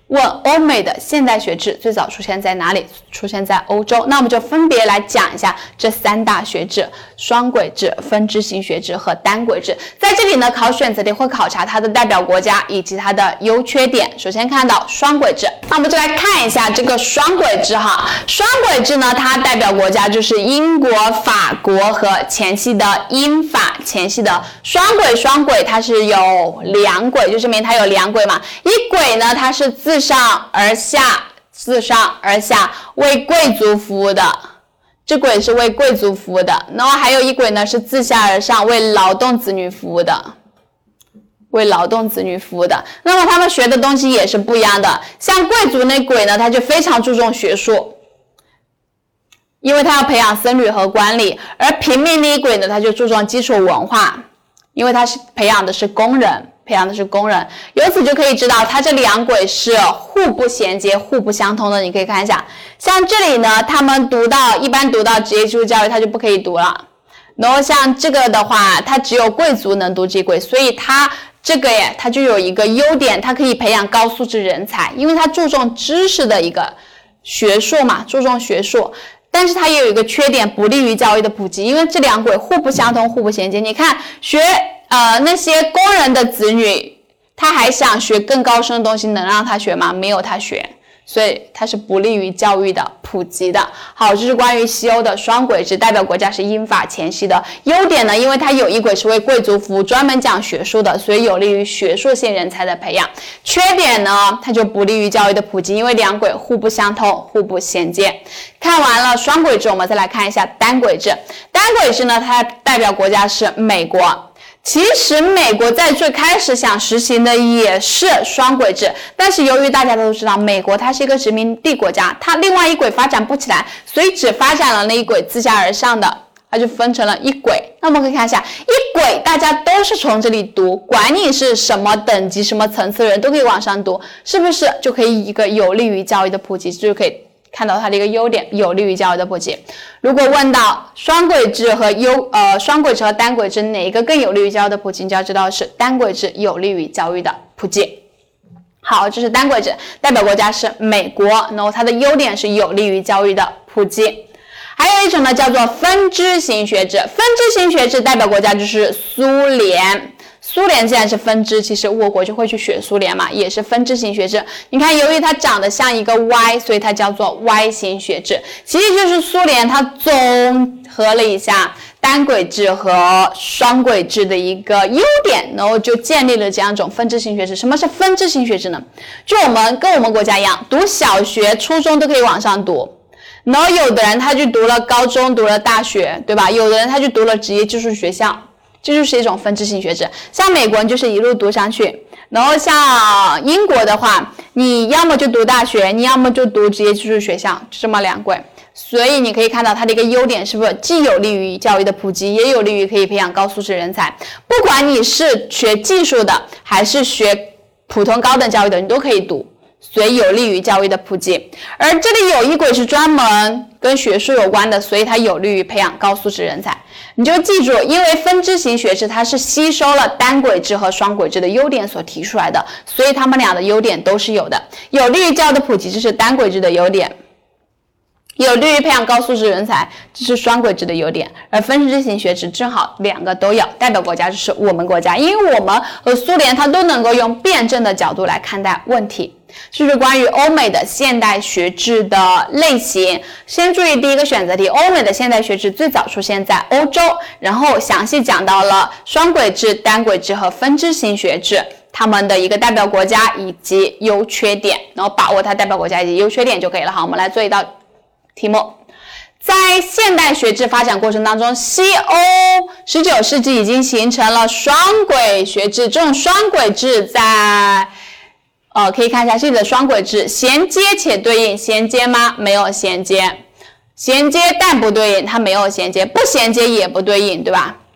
问欧美的现代学制最早出现在哪里？出现在欧洲。那我们就分别来讲一下这三大学制：双轨制、分支型学制和单轨制。在这里呢，考选择题会考察它的代表国家以及它的优缺点。首先看到双轨制，那我们就来看一下这个双轨制哈。双轨制呢，它代表国家就是英国、法国和前期的英法前期的双轨。双轨它是有两轨，就证明它有两轨嘛。一轨呢，它是自上而下，自上而下为贵族服务的，这轨是为贵族服务的。然后还有一轨呢是自下而上为劳动子女服务的，为劳动子女服务的。那么他们学的东西也是不一样的。像贵族那轨呢，他就非常注重学术，因为他要培养僧侣和官吏；而平民那一轨呢，他就注重基础文化，因为他是培养的是工人。培养的是工人，由此就可以知道它这两轨是互不衔接、互不相通的。你可以看一下，像这里呢，他们读到一般读到职业技术教育，它就不可以读了。然后像这个的话，它只有贵族能读这轨，所以它这个耶，它就有一个优点，它可以培养高素质人才，因为它注重知识的一个学术嘛，注重学术。但是它也有一个缺点，不利于教育的普及，因为这两轨互不相通、互不衔接。你看学。呃，那些工人的子女，他还想学更高深的东西，能让他学吗？没有他学，所以它是不利于教育的普及的。好，这是关于西欧的双轨制，代表国家是英法前夕的。优点呢，因为它有一轨是为贵族服务，专门讲学术的，所以有利于学术性人才的培养。缺点呢，它就不利于教育的普及，因为两轨互不相通、互不衔接。看完了双轨制，我们再来看一下单轨制。单轨制呢，它代表国家是美国。其实美国在最开始想实行的也是双轨制，但是由于大家都知道美国它是一个殖民地国家，它另外一轨发展不起来，所以只发展了那一轨自下而上的，它就分成了一轨。那我们可以看一下，一轨大家都是从这里读，管你是什么等级什么层次的人都可以往上读，是不是就可以一个有利于教育的普及，就可以看到它的一个优点，有利于教育的普及。如果问到双轨制和优呃双轨制和单轨制哪一个更有利于教育的普及，你就要知道是单轨制有利于教育的普及。好，这是单轨制，代表国家是美国，然后它的优点是有利于教育的普及。还有一种呢叫做分支型学制，分支型学制代表国家就是苏联。苏联既然是分支，其实我国就会去学苏联嘛，也是分支型学制。你看，由于它长得像一个 Y， 所以它叫做 Y 型学制。其实就是苏联它综合了一下单轨制和双轨制的一个优点，然后就建立了这样一种分支型学制。什么是分支型学制呢？就我们跟我们国家一样，读小学、初中都可以往上读。然后有的人他去读了高中，读了大学，对吧？有的人他去读了职业技术学校。这就是一种分支型学制，像美国人就是一路读上去，然后像英国的话，你要么就读大学，你要么就读职业技术学校，就这么两轨。所以你可以看到它的一个优点是不是既有利于教育的普及，也有利于可以培养高素质人才。不管你是学技术的还是学普通高等教育的，你都可以读，所以有利于教育的普及。而这里有一轨是专门跟学术有关的，所以它有利于培养高素质人才。你就记住，因为分支型学制它是吸收了单轨制和双轨制的优点所提出来的，所以它们俩的优点都是有的。有利于教育的普及，这是单轨制的优点；有利于培养高素质人才，这是双轨制的优点。而分支型学制正好两个都有，代表国家就是我们国家，因为我们和苏联它都能够用辩证的角度来看待问题。这是关于欧美的现代学制的类型。先注意第一个选择题，欧美的现代学制最早出现在欧洲，然后详细讲到了双轨制、单轨制和分支型学制它们的一个代表国家以及优缺点，然后把握它代表国家以及优缺点就可以了。好，我们来做一道题目。在现代学制发展过程当中，西欧十九世纪已经形成了双轨学制，这种双轨制在呃，可以看一下这里的双轨制，衔接且对应，衔接吗？没有衔接，衔接但不对应，它没有衔接，不衔接也不对应，对吧？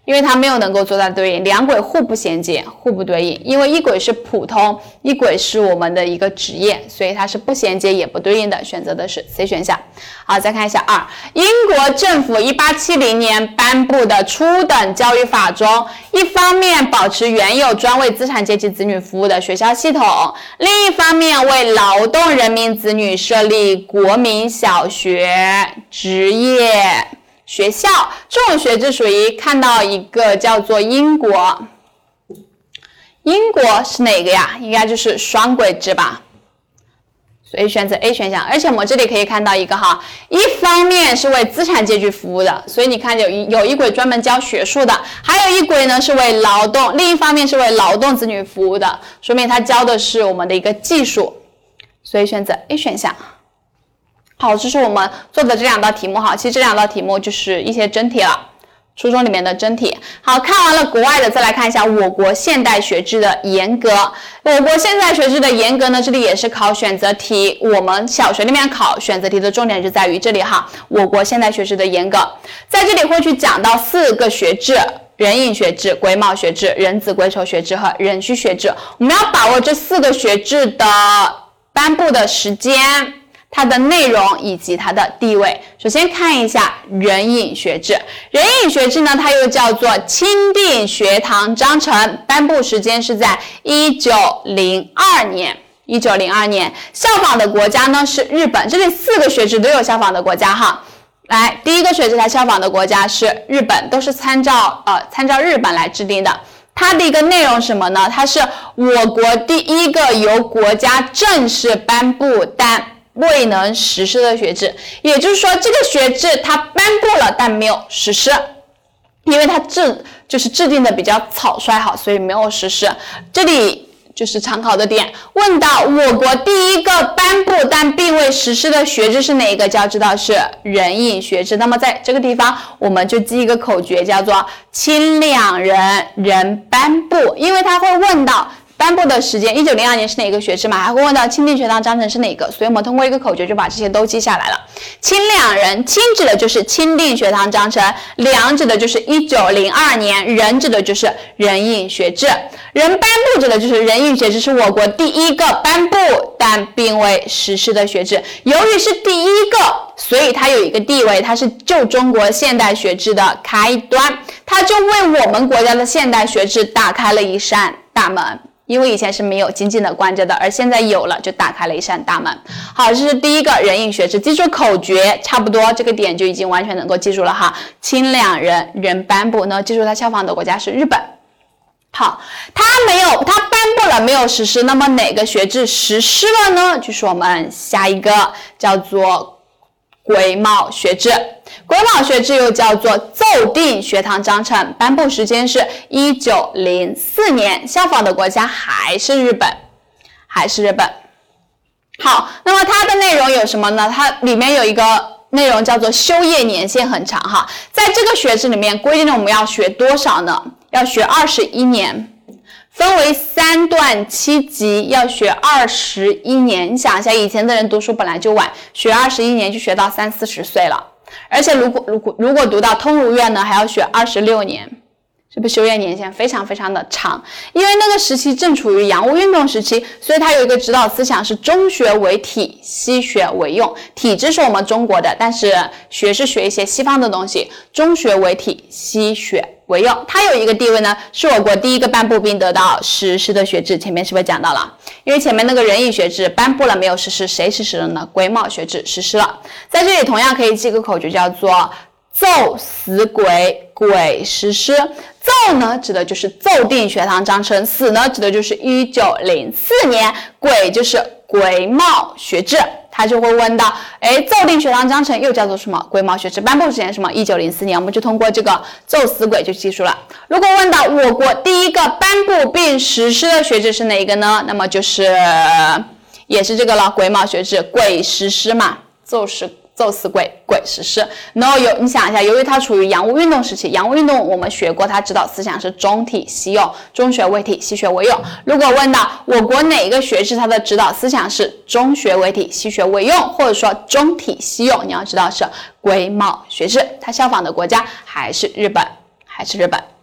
因为它没有能够做到对应，两轨互不衔接，互不对应。因为一轨是普通，一轨是我们的一个职业，所以它是不衔接也不对应的，选择的是 C 选项。好，再看一下二，英国政府一八七零年颁布的初等教育法中，一方面保持原有专为资产阶级子女服务的学校系统，另一方面为劳动人民子女设立国民小学、职业学校。这种学制属于看到一个叫做英国，英国是哪个呀？应该就是双轨制吧，所以选择 A 选项。而且我们这里可以看到一个哈，一方面是为资产阶级服务的，所以你看有一有一轨专门教学术的，还有一轨呢是为劳动，另一方面是为劳动子女服务的，说明他教的是我们的一个技术，所以选择 A 选项。好，这是我们做的这两道题目哈，其实这两道题目就是一些真题了，初中里面的真题。好，看完了国外的，再来看一下我国现代学制的严格。我国现代学制的严格呢，这里也是考选择题，我们小学里面考选择题的重点就在于这里哈，我国现代学制的严格，在这里会去讲到四个学制。人隐学制、癸卯学制、壬子癸丑学制和壬戌学制，我们要把握这四个学制的颁布的时间、它的内容以及它的地位。首先看一下人隐学制，人隐学制呢，它又叫做钦定学堂章程，颁布时间是在一九零二年。一九零二年，效仿的国家呢是日本，这里四个学制都有效仿的国家哈。来，第一个学制它效仿的国家是日本，都是参照呃参照日本来制定的。它的一个内容是什么呢？它是我国第一个由国家正式颁布但未能实施的学制，也就是说这个学制它颁布了但没有实施，因为它制就是制定的比较草率哈，所以没有实施。这里就是常考的点，问到我国第一个颁布但并未实施的学制是哪一个，就要知道是人隐学制。那么在这个地方我们就记一个口诀，叫做钦两人人颁布，因为它会问到颁布的时间一九零二年是哪个学制嘛，还会问到钦定学堂章程是哪个，所以我们通过一个口诀就把这些都记下来了。钦两人，钦指的就是钦定学堂章程，两指的就是一九零二年，人指的就是人隐学制。人颁布指的就是人隐学制是我国第一个颁布但并未实施的学制，由于是第一个，所以它有一个地位，它是旧中国现代学制的开端，它就为我们国家的现代学制打开了一扇大门。因为以前是没有紧紧的关着的，而现在有了，就打开了一扇大门。好，这是第一个人隐学制，记住口诀，差不多这个点就已经完全能够记住了哈。钦两人人颁布呢，记住它效仿的国家是日本。好，它没有，它颁布了没有实施，那么哪个学制实施了呢？就是我们下一个叫做癸卯学制。癸卯学制又叫做奏定学堂章程，颁布时间是一九零四年，效仿的国家还是日本，还是日本。好，那么它的内容有什么呢？它里面有一个内容叫做修业年限很长哈，在这个学制里面规定了我们要学多少呢？要学二十一年。分为三段七级，要学二十一年。你想一下，以前的人读书本来就晚，学二十一年就学到三四十岁了。而且如果如果如果读到通儒院呢，还要学二十六年，是不是修业年限非常非常的长？因为那个时期正处于洋务运动时期，所以它有一个指导思想是中学为体，西学为用。体制是我们中国的，但是学是学一些西方的东西。中学为体，西学为用，它有一个地位呢，是我国第一个颁布并得到实施的学制。前面是不是讲到了？因为前面那个人隐学制颁布了没有实施，谁实施了呢？癸卯学制实施了。在这里同样可以记个口诀，叫做奏死癸，癸实施。奏呢指的就是奏定学堂章程，死呢指的就是一九零四年，癸就是癸卯学制。他就会问到，哎，奏定学堂章程又叫做什么？癸卯学制，颁布时间什么？一九零四年，我们就通过这个奏死癸就记住了。如果问到我国第一个颁布并实施的学制是哪一个呢？那么就是也是这个了，癸卯学制，癸实施嘛，奏是奏死癸，癸实施。然后有你想一下，由于它处于洋务运动时期，洋务运动我们学过，它指导思想是中体西用，中学为体，西学为用。如果问到我国哪一个学制它的指导思想是中学为体，西学为用，或者说中体西用，你要知道是癸卯学制，它效仿的国家还是日本，还是日本。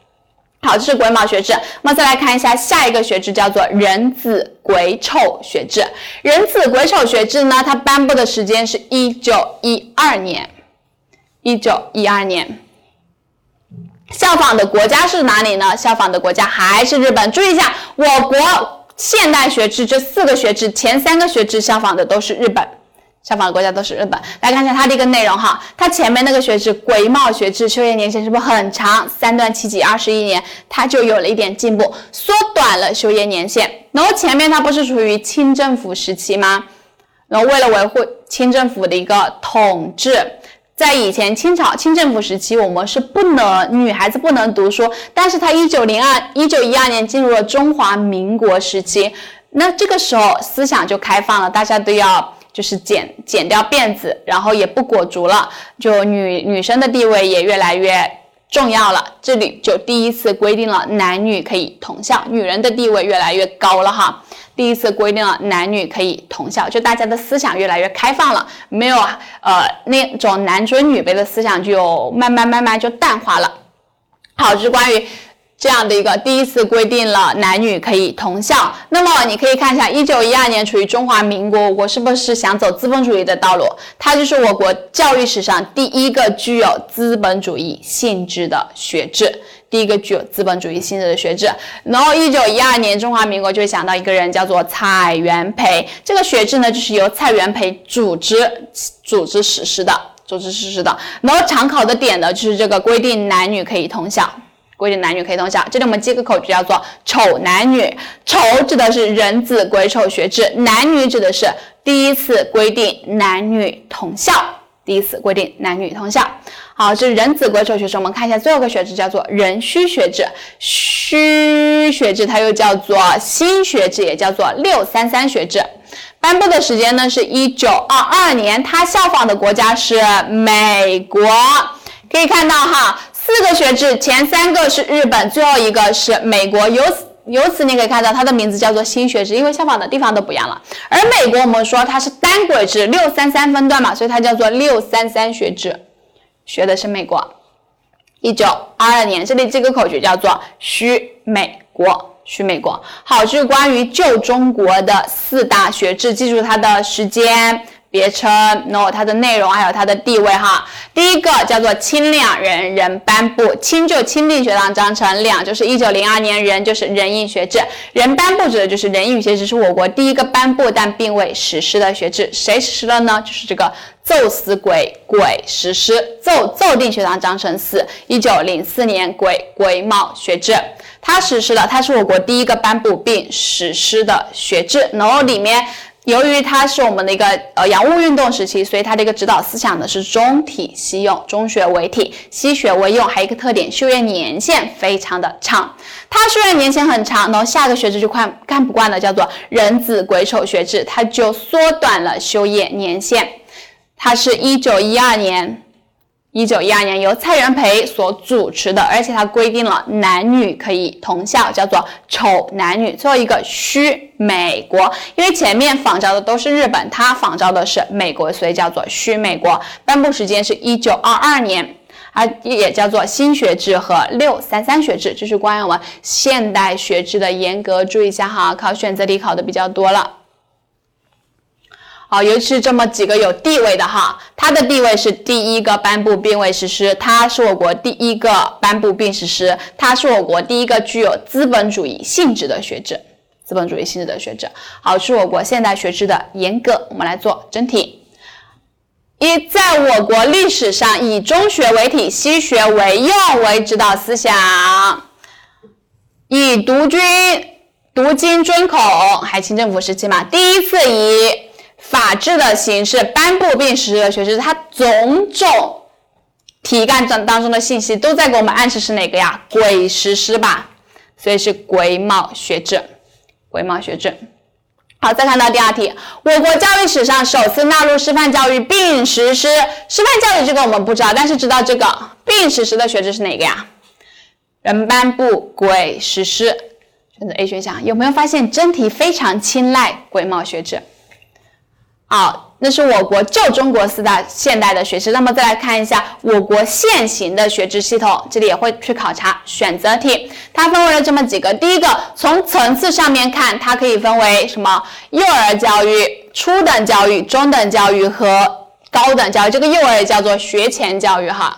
好，这是癸卯学制。我们再来看一下下一个学制，叫做壬子癸丑学制。壬子癸丑学制呢，它颁布的时间是一九一二年，一九一二年。效仿的国家是哪里呢？效仿的国家还是日本。注意一下，我国现代学制这四个学制，前三个学制效仿的都是日本。效仿的国家都是日本。来看一下它的一个内容哈，它前面那个学制癸卯学制修业年限是不是很长？三段期级二十一年，它就有了一点进步，缩短了修业年限。然后前面它不是处于清政府时期吗？然后为了维护清政府的一个统治，在以前清朝清政府时期，我们是不能女孩子不能读书，但是它一九零二一九一二年进入了中华民国时期，那这个时候思想就开放了，大家都要。就是剪剪掉辫子，然后也不裹足了，就女女生的地位也越来越重要了。这里就第一次规定了男女可以同校，女人的地位越来越高了哈。第一次规定了男女可以同校，就大家的思想越来越开放了，没有呃那种男尊女卑的思想就慢慢慢慢就淡化了。好，这是关于。这样的一个第一次规定了男女可以同校。那么你可以看一下一九一二年处于中华民国，我国是不是想走资本主义的道路？它就是我国教育史上第一个具有资本主义性质的学制，第一个具有资本主义性质的学制。然后一九一二年中华民国就会想到一个人叫做蔡元培，这个学制呢就是由蔡元培组织组织实施的，组织实施的。然后常考的点呢就是这个规定男女可以同校。规定男女可以同校，这里我们记个口诀叫做丑男女。丑指的是壬子癸丑学制，男女指的是第一次规定男女同校，第一次规定男女同校。好，这是壬子癸丑学制。我们看一下最后一个学制叫做壬戌学制。戌学制它又叫做辛学制，也叫做六三三学制。颁布的时间呢是一九二二年，它效仿的国家是美国。可以看到哈。四个学制，前三个是日本，最后一个是美国。由此由此你可以看到它的名字叫做新学制，因为效仿的地方都不一样了。而美国我们说它是单轨制，六三三分段嘛，所以它叫做六三三学制，学的是美国。一九二二年，这里这个口诀叫做虚美国，虚美国。好，这是关于旧中国的四大学制，记住它的时间。别称，然后它的内容还有它的地位哈。第一个叫做清两人人颁布，清就钦定学堂章程，两就是一九零二年，人就是人应学制，人颁布指的就是人应学制，是我国第一个颁布但并未实施的学制。谁实施了呢？就是这个奏思癸癸实施，奏奏定学堂章程四，一九零四年癸癸卯学制。它实施了，它是我国第一个颁布并实施的学制，然后里面。由于它是我们的一个呃洋务运动时期，所以它的一个指导思想呢是中体西用，中学为体，西学为用，还有一个特点，修业年限非常的长。它修业年限很长，然后下个学制就看看不惯了，叫做壬子癸丑学制，它就缩短了修业年限。它是一九一二年。一九一二年由蔡元培所主持的，而且它规定了男女可以同校，叫做丑男女。最后一个虚美国，因为前面仿照的都是日本，它仿照的是美国，所以叫做虚美国。颁布时间是一九二二年，啊，也叫做新学制和六三三学制。这是关于我们现代学制的严格，注意一下哈，考选择题考的比较多了。好，尤其是这么几个有地位的哈，它的地位是第一个颁布并未实施，它是我国第一个颁布并实施，它是我国第一个具有资本主义性质的学制，资本主义性质的学制。好，是我国现代学制的严格。我们来做真题。一，在我国历史上以中学为体，西学为用为指导思想，以独君读经尊孔，还清政府时期嘛，第一次以法治的形式颁布并实施的学制，它种种题干当中的信息都在给我们暗示是哪个呀？癸实施吧，所以是癸卯学制，癸卯学制。好，再看到第二题，我国教育史上首次纳入师范教育并实施，师范教育这个我们不知道，但是知道这个并实施的学制是哪个呀？人颁布，癸实施，选择 A 选项。有没有发现真题非常青睐癸卯学制？好， 那是我国旧中国四大现代的学制。那么再来看一下我国现行的学制系统，这里也会去考察选择题，它分为了这么几个。第一个，从层次上面看，它可以分为什么？幼儿教育、初等教育、中等教育和高等教育。这个幼儿也叫做学前教育哈，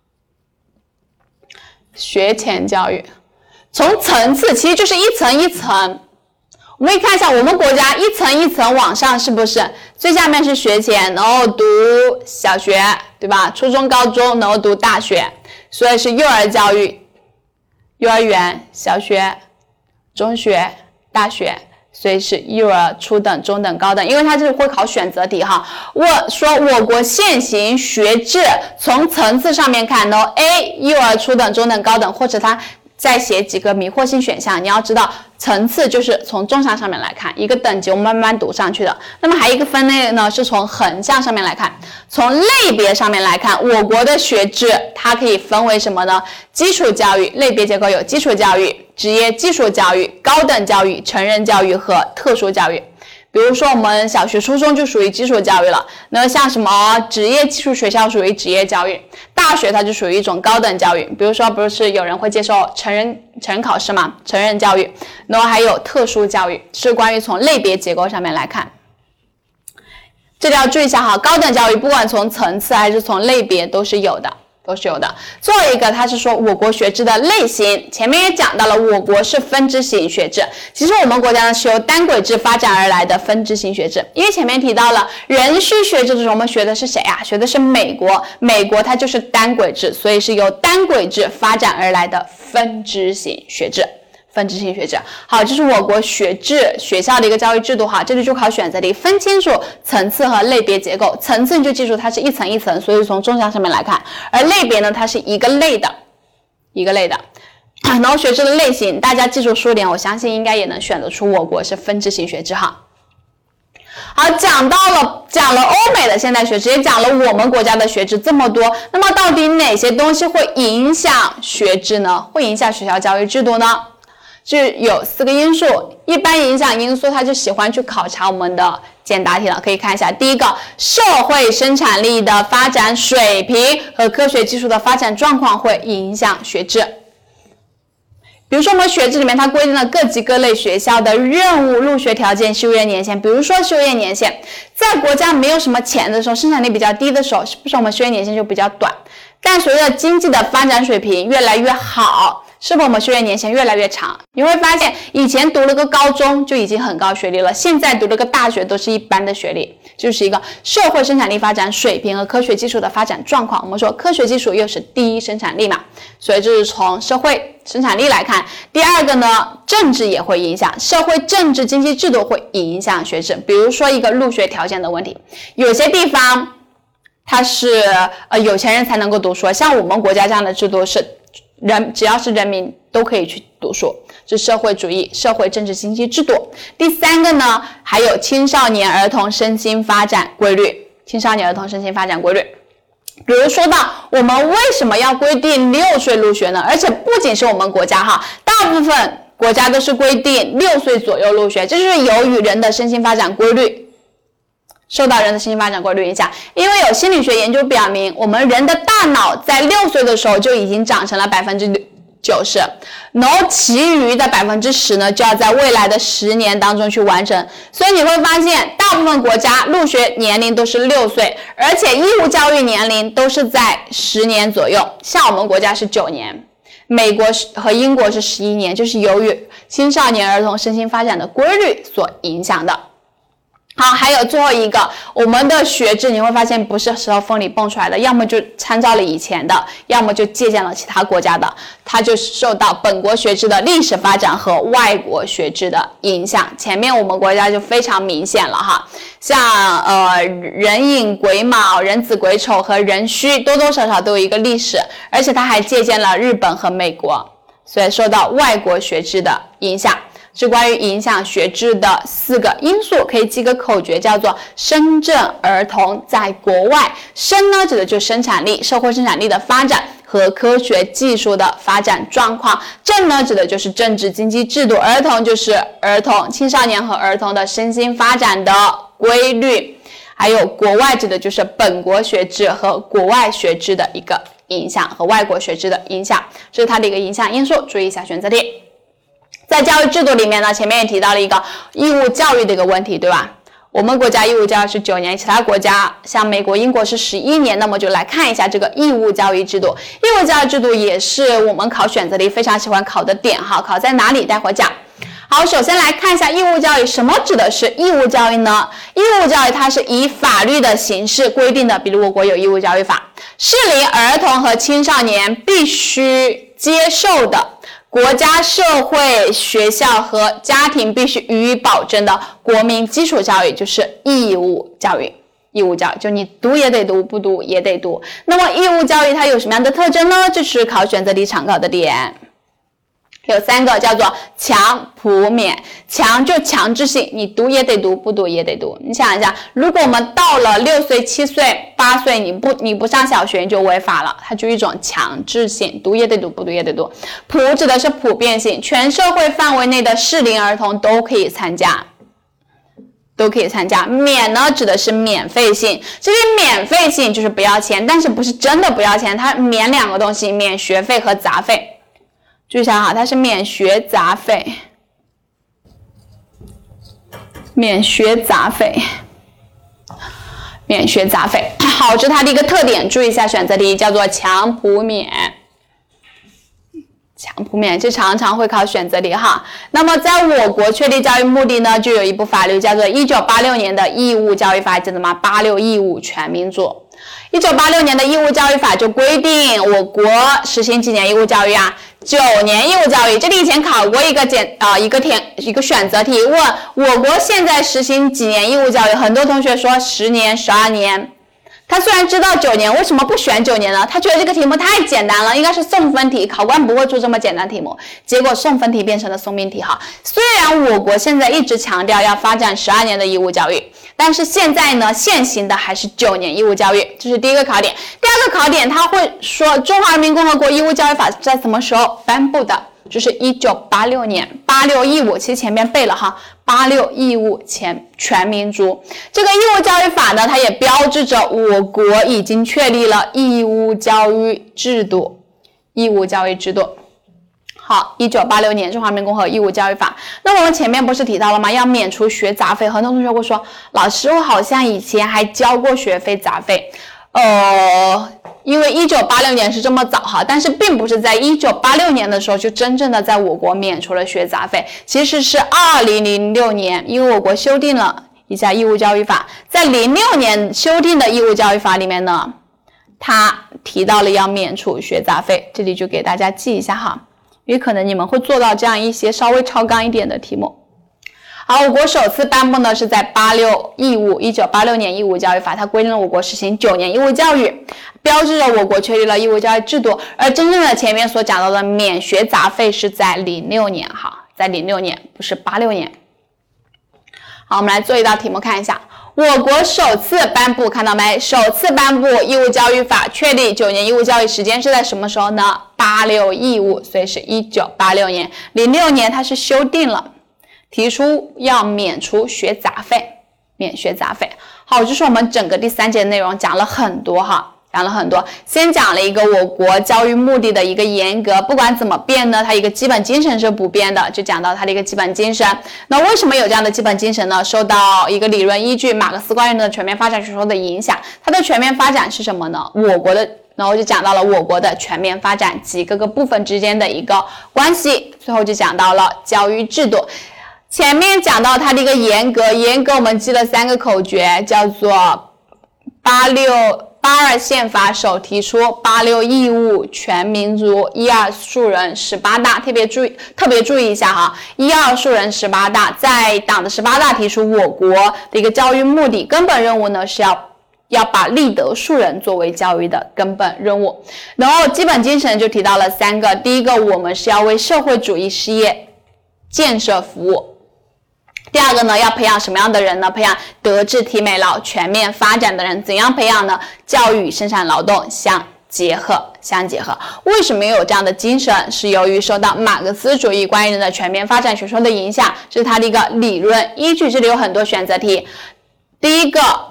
学前教育。从层次其实就是一层一层，我们可以看一下我们国家一层一层往上，是不是最下面是学前，然后读小学，对吧？初中高中，然后读大学，所以是幼儿教育、幼儿园、小学、中学、大学，所以是幼儿、初等、中等、高等。因为它这里会考选择题哈，我说我国现行学制从层次上面看，然后 A 幼儿、初等、中等、高等，或者它再写几个迷惑性选项。你要知道层次就是从纵向上面来看，一个等级我们慢慢读上去的。那么还有一个分类呢，是从横向上面来看。从类别上面来看，我国的学制它可以分为什么呢？基础教育，类别结构有基础教育、职业技术教育、高等教育、成人教育和特殊教育。比如说我们小学初中就属于基础教育了，那像什么职业技术学校属于职业教育，大学它就属于一种高等教育。比如说不是有人会接受成人成人考试嘛，成人教育，然后还有特殊教育，是关于从类别结构上面来看。这里要注意一下哈，高等教育不管从层次还是从类别都是有的。都是有的。最后一个，它是说我国学制的类型，前面也讲到了，我国是分支型学制。其实我们国家呢是由单轨制发展而来的分支型学制，因为前面提到了壬戌学制的时候，我们学的是谁啊？学的是美国，美国它就是单轨制，所以是由单轨制发展而来的分支型学制。分支性学制。好，这是我国学制学校的一个教育制度哈，这里就考选择题，分清楚层次和类别结构。层次你就记住它是一层一层，所以从纵向上面来看，而类别呢，它是一个类的，一个类的。然后学制的类型，大家记住数点，我相信应该也能选得出我国是分支型学制哈。好，讲到了讲了欧美的现代学制，也讲了我们国家的学制这么多，那么到底哪些东西会影响学制呢？会影响学校教育制度呢？就有四个因素，一般影响因素他就喜欢去考察我们的简答题了，可以看一下。第一个，社会生产力的发展水平和科学技术的发展状况会影响学制。比如说我们学制里面它规定了各级各类学校的任务、入学条件、修业年限。比如说修业年限，在国家没有什么钱的时候，生产力比较低的时候，是不是我们修业年限就比较短？但随着经济的发展水平越来越好，是否我们修业年限越来越长？你会发现以前读了个高中就已经很高学历了，现在读了个大学都是一般的学历，就是一个社会生产力发展水平和科学技术的发展状况。我们说科学技术又是第一生产力嘛，所以这是从社会生产力来看。第二个呢，政治也会影响，社会政治经济制度会影响学制。比如说一个入学条件的问题，有些地方它是呃有钱人才能够读书，像我们国家这样的制度是人只要是人民都可以去读书，是社会主义社会政治经济制度。第三个呢，还有青少年儿童身心发展规律，青少年儿童身心发展规律。比如说到我们为什么要规定六岁入学呢？而且不仅是我们国家哈，大部分国家都是规定六岁左右入学，这就是由于人的身心发展规律受到人的身心发展规律影响。因为有心理学研究表明，我们人的大脑在六岁的时候就已经长成了百分之九十，然后其余的百分之十呢，就要在未来的十年当中去完成。所以你会发现，大部分国家入学年龄都是六岁，而且义务教育年龄都是在十年左右。像我们国家是九年，美国和英国是十一年，就是由于青少年儿童身心发展的规律所影响的。好，还有最后一个，我们的学制你会发现不是石头缝里蹦出来的，要么就参照了以前的，要么就借鉴了其他国家的，它就受到本国学制的历史发展和外国学制的影响。前面我们国家就非常明显了哈，像呃壬寅癸卯、壬子癸丑和壬戌多多少少都有一个历史，而且它还借鉴了日本和美国，所以受到外国学制的影响。是关于影响学制的四个因素，可以记个口诀，叫做深圳儿童在国外。深呢指的就是生产力、社会生产力的发展和科学技术的发展状况，政呢指的就是政治经济制度，儿童就是儿童、青少年和儿童的身心发展的规律。 还有国外指的就是本国学制和国外学制的一个影响和外国学制的影响，这是它的一个影响因素，注意一下选择题。在教育制度里面呢，前面也提到了一个义务教育的一个问题，对吧？我们国家义务教育是九年，其他国家像美国、英国是十一年。那么就来看一下这个义务教育制度。义务教育制度也是我们考选择题非常喜欢考的点哈，考在哪里？待会儿讲。好，首先来看一下义务教育，什么指的是义务教育呢？义务教育它是以法律的形式规定的，比如我国有义务教育法，适龄儿童和青少年必须接受的。国家、社会、学校和家庭必须予以保证的国民基础教育就是义务教育。义务教育就你读也得读，不读也得读。那么义务教育它有什么样的特征呢？这是考选择题常考的点。有三个，叫做强、普、免。强就强制性，你读也得读，不读也得读。你想一下，如果我们到了六岁、七岁、八岁，你不你不上小学你就违法了，它就一种强制性，读也得读，不读也得读。普指的是普遍性，全社会范围内的适龄儿童都可以参加。都可以参加。免呢指的是免费性，这个免费性就是不要钱，但是不是真的不要钱，它免两个东西，免学费和杂费。注意一下哈，它是免学杂费，免学杂费，免学杂费。好，这是它的一个特点，注意一下选择题叫做强普免。强普免，这常常会考选择题哈。那么在我国确立教育目的呢，就有一部法律叫做一九八六年的义务教育法，记得吗？八六义务全民主。一九八六年的义务教育法就规定我国实行几年义务教育啊？九年义务教育。这里以前考过一个简啊、呃、一个填一个选择题，问我国现在实行几年义务教育？很多同学说十年、十二年。他虽然知道九年，为什么不选九年呢？他觉得这个题目太简单了，应该是送分题，考官不会出这么简单题目。结果送分题变成了送命题哈。虽然我国现在一直强调要发展十二年的义务教育，但是现在呢，现行的还是九年义务教育，这是第一个考点。第二个考点，他会说中华人民共和国义务教育法在什么时候颁布的？就是一九八六年，八六义务，其实前面背了哈，八六义务前全民主。这个义务教育法呢，它也标志着我国已经确立了义务教育制度，义务教育制度。好，一九八六年中华人民共和国义务教育法。那我们前面不是提到了吗？要免除学杂费。很多同学会说，老师，我好像以前还交过学费杂费。呃，因为一九八六年是这么早哈，但是并不是在一九八六年的时候就真正的在我国免除了学杂费，其实是二零零六年，因为我国修订了一下义务教育法，在零六年修订的义务教育法里面呢，它提到了要免除学杂费，这里就给大家记一下哈，因为可能你们会做到这样一些稍微超纲一点的题目。好，我国首次颁布呢是在八六义务，一九八六年义务教育法，它规定了我国实行九年义务教育，标志着我国确立了义务教育制度。而真正的前面所讲到的免学杂费是在零六年哈，在零六年，不是八六年。好，我们来做一道题目看一下，我国首次颁布，看到没？首次颁布义务教育法，确立九年义务教育时间是在什么时候呢？八六义务，所以是一九八六年，零六年它是修订了。提出要免除学杂费，免学杂费。好，这是我们整个第三节的内容，讲了很多哈，讲了很多。先讲了一个我国教育目的的一个严格，不管怎么变呢，它一个基本精神是不变的，就讲到它的一个基本精神。那为什么有这样的基本精神呢？受到一个理论依据马克思关于的全面发展学说的影响。它的全面发展是什么呢？我国的。然后就讲到了我国的全面发展及各个部分之间的一个关系。最后就讲到了教育制度。前面讲到它的一个严格，严格我们记了三个口诀，叫做八六八二宪法首提出八六义务全民族，一二数人十八大，特别注意特别注意一下哈，一二数人十八大，在党的十八大提出我国的一个教育目的根本任务呢是要要把立德树人作为教育的根本任务。然后基本精神就提到了三个，第一个我们是要为社会主义事业建设服务。第二个呢，要培养什么样的人呢？培养德智体美劳全面发展的人。怎样培养呢？教育与生产劳动相结合，相结合。为什么有这样的精神？是由于受到马克思主义关于人的全面发展学说的影响，这是它的一个理论依据。这里有很多选择题。第一个，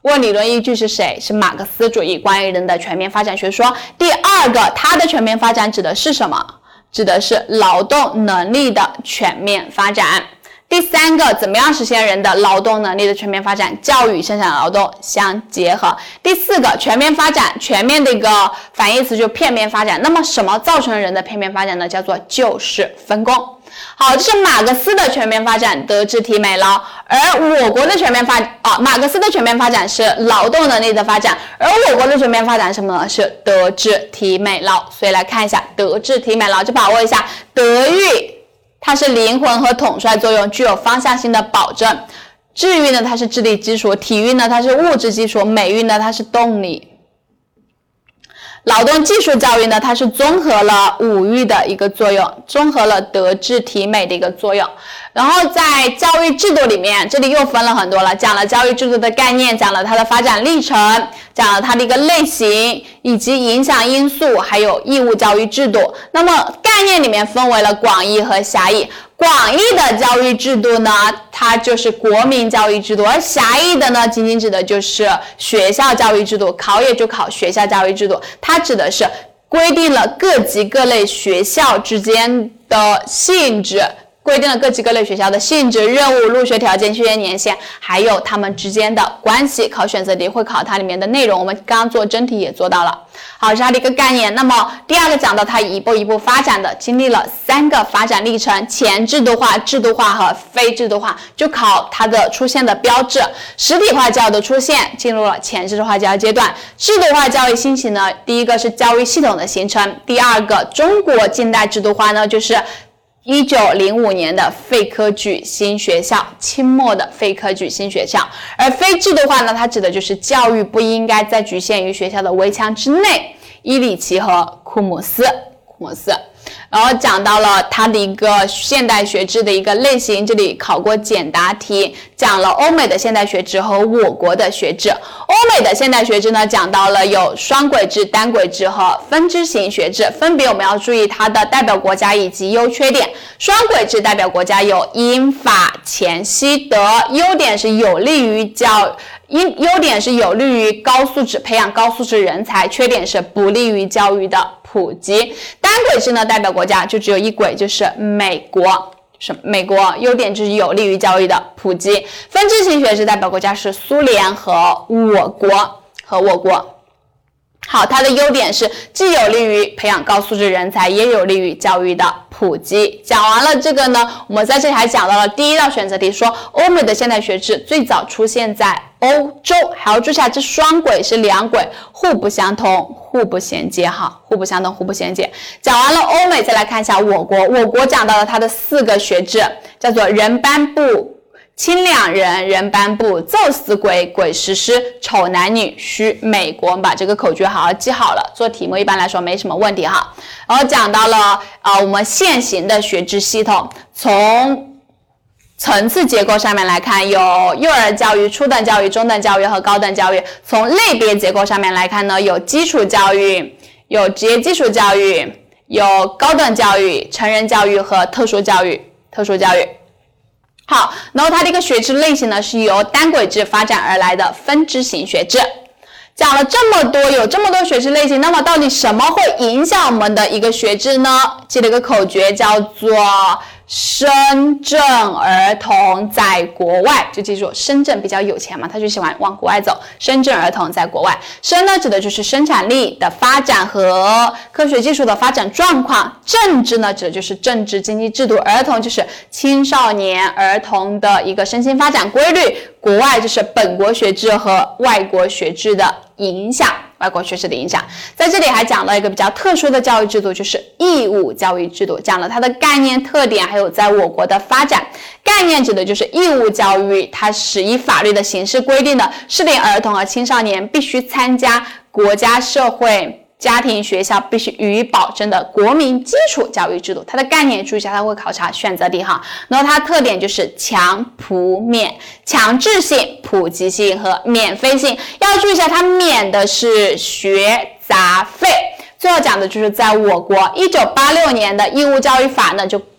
问理论依据是谁？是马克思主义关于人的全面发展学说。第二个，它的全面发展指的是什么？指的是劳动能力的全面发展。第三个，怎么样实现人的劳动能力的全面发展？教育与生产劳动相结合。第四个，全面发展，全面的一个反义词就片面发展。那么什么造成人的片面发展呢？叫做就事分工。好，这是马克思的全面发展，德智体美劳。而我国的全面发啊，马克思的全面发展是劳动能力的发展，而我国的全面发展是什么呢？是德智体美劳。所以来看一下德智体美劳，就把握一下德育。它是灵魂和统帅作用，具有方向性的保证。智育呢，它是智力基础；体育呢，它是物质基础；美育呢，它是动力。劳动技术教育呢，它是综合了五育的一个作用，综合了德智体美的一个作用。然后在教育制度里面，这里又分了很多了，讲了教育制度的概念，讲了它的发展历程，讲了它的一个类型以及影响因素，还有义务教育制度。那么概念里面分为了广义和狭义。广义的教育制度呢，它就是国民教育制度，而狭义的呢，仅仅指的就是学校教育制度，考也就考学校教育制度，它指的是规定了各级各类学校之间的性质，规定了各级各类学校的性质、任务、入学条件、就业年限，还有他们之间的关系。考选择题会考它里面的内容，我们刚刚做真题也做到了。好，是它的一个概念。那么第二个讲到它一步一步发展的，经历了三个发展历程：前制度化、制度化和非制度化，就考它的出现的标志。实体化教育的出现，进入了前制度化教育阶段。制度化教育兴起呢，第一个是教育系统的形成，第二个中国近代制度化呢，就是一九零五年的废科举新学校，清末的废科举新学校。而非制度化呢，它指的就是教育不应该再局限于学校的围墙之内。伊里奇和库姆斯，库姆斯。然后讲到了它的一个现代学制的一个类型，这里考过简答题，讲了欧美的现代学制和我国的学制。欧美的现代学制呢，讲到了有双轨制、单轨制和分支型学制，分别我们要注意它的代表国家以及优缺点。双轨制代表国家有英法前西德，优点是有利于教优优点是有利于高素质培养高素质人才，缺点是不利于教育的普及。单轨制呢，代表国家就只有一轨，就是美国，是美国，优点就是有利于教育的普及。分支型学制代表国家是苏联和我国和我国。好，它的优点是既有利于培养高素质人才，也有利于教育的普及。讲完了这个呢，我们在这里还讲到了第一道选择题，说欧美的现代学制最早出现在欧洲，还要注意下这双轨是两轨，互不相通，互不衔接哈，互不相通，互不衔接。讲完了欧美，再来看一下我国。我国讲到了它的四个学制，叫做人颁布、亲两人、人颁布、奏死鬼、鬼实施、丑男女、须美国。我们把这个口诀好好记好了，做题目一般来说没什么问题哈。然后讲到了呃我们现行的学制系统，从层次结构上面来看，有幼儿教育、初等教育、中等教育和高等教育。从类别结构上面来看呢，有基础教育、有职业基础教育、有高等教育、成人教育和特殊教育。特殊教育。好，然后它的一个学制类型呢，是由单轨制发展而来的分支型学制。讲了这么多，有这么多学制类型，那么到底什么会影响我们的一个学制呢？记了一个口诀，叫做深圳儿童在国外，就记住，深圳比较有钱嘛，他就喜欢往国外走。深圳儿童在国外，深呢指的就是生产力的发展和科学技术的发展状况，政治呢指的就是政治经济制度，儿童就是青少年儿童的一个身心发展规律，国外就是本国学制和外国学制的影响。外国学制的影响，在这里还讲了一个比较特殊的教育制度，就是义务教育制度，讲了它的概念特点，还有在我国的发展。概念指的就是义务教育，它是以法律的形式规定的，适龄儿童和青少年必须参加国家、社会、家庭、学校必须予以保证的国民基础教育制度。它的概念注意一下，它会考察选择题哈。然后它的特点就是强、普、免，强制性、普及性和免费性。要注意一下，它免的是学杂费。最后讲的就是在我国一九八六年的义务教育法呢，就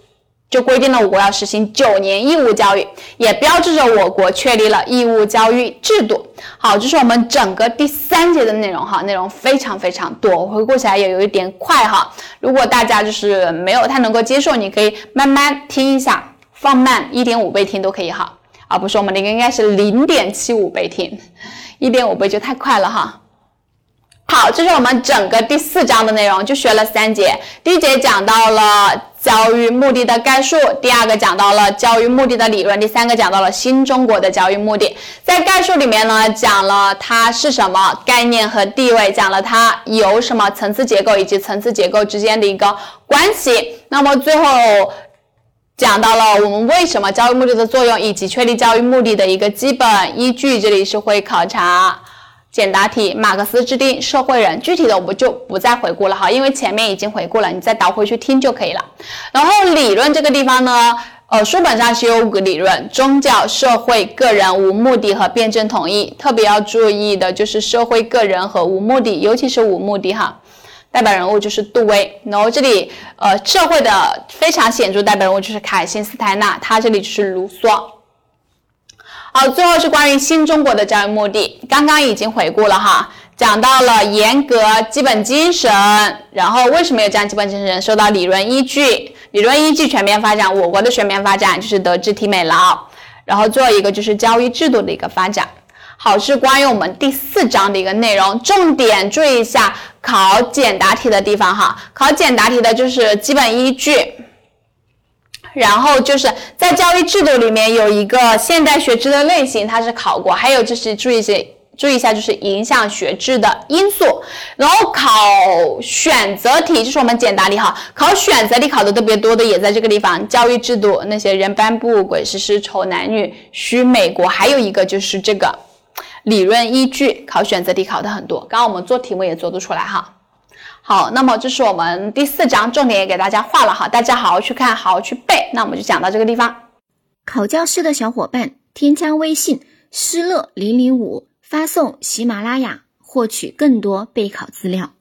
就规定了我国要实行九年义务教育，也标志着我国确立了义务教育制度。好，这是我们整个第三节的内容哈，内容非常非常多，我回顾起来也有一点快哈。如果大家就是没有太能够接受，你可以慢慢听一下，放慢 一点五 倍听都可以哈，而不是我们那个应该是 零点七五 倍听， 一点五 倍就太快了哈。好，这是我们整个第四章的内容，就学了三节。第一节讲到了教育目的的概述，第二个讲到了教育目的的理论，第三个讲到了新中国的教育目的。在概述里面呢，讲了它是什么概念和地位，讲了它有什么层次结构以及层次结构之间的一个关系。那么最后讲到了我们为什么教育目的的作用，以及确立教育目的的一个基本依据。这里是会考察简答题，马克思制定社会人，具体的我们就不再回顾了哈，因为前面已经回顾了，你再倒回去听就可以了。然后理论这个地方呢，呃，书本上是有五个理论：宗教、社会、个人、无目的和辩证统一。特别要注意的就是社会、个人和无目的，尤其是无目的哈。代表人物就是杜威，然后这里呃社会的非常显著代表人物就是凯辛斯泰纳，他这里就是卢梭。好，最后是关于新中国的教育目的，刚刚已经回顾了哈，讲到了严格基本精神，然后为什么有这样基本精神，受到理论依据，理论依据全面发展，我国的全面发展就是德智体美劳，然后最后一个就是教育制度的一个发展。好，是关于我们第四章的一个内容，重点注意一下考简答题的地方哈，考简答题的就是基本依据。然后就是在教育制度里面有一个现代学制的类型，它是考过，还有就是注意些注意一下就是影响学制的因素。然后考选择题，就是我们简答题哈，考选择题考的特别多的也在这个地方，教育制度那些人颁布、鬼实施、丑男女、虚美国，还有一个就是这个理论依据，考选择题考的很多，刚刚我们做题目也做得出来哈。好，那么这是我们第四章，重点也给大家画了哈，大家好好去看，好好去背。那我们就讲到这个地方。 考教室的小伙伴添加微信失乐零零五，发送喜马拉雅获取更多备考资料。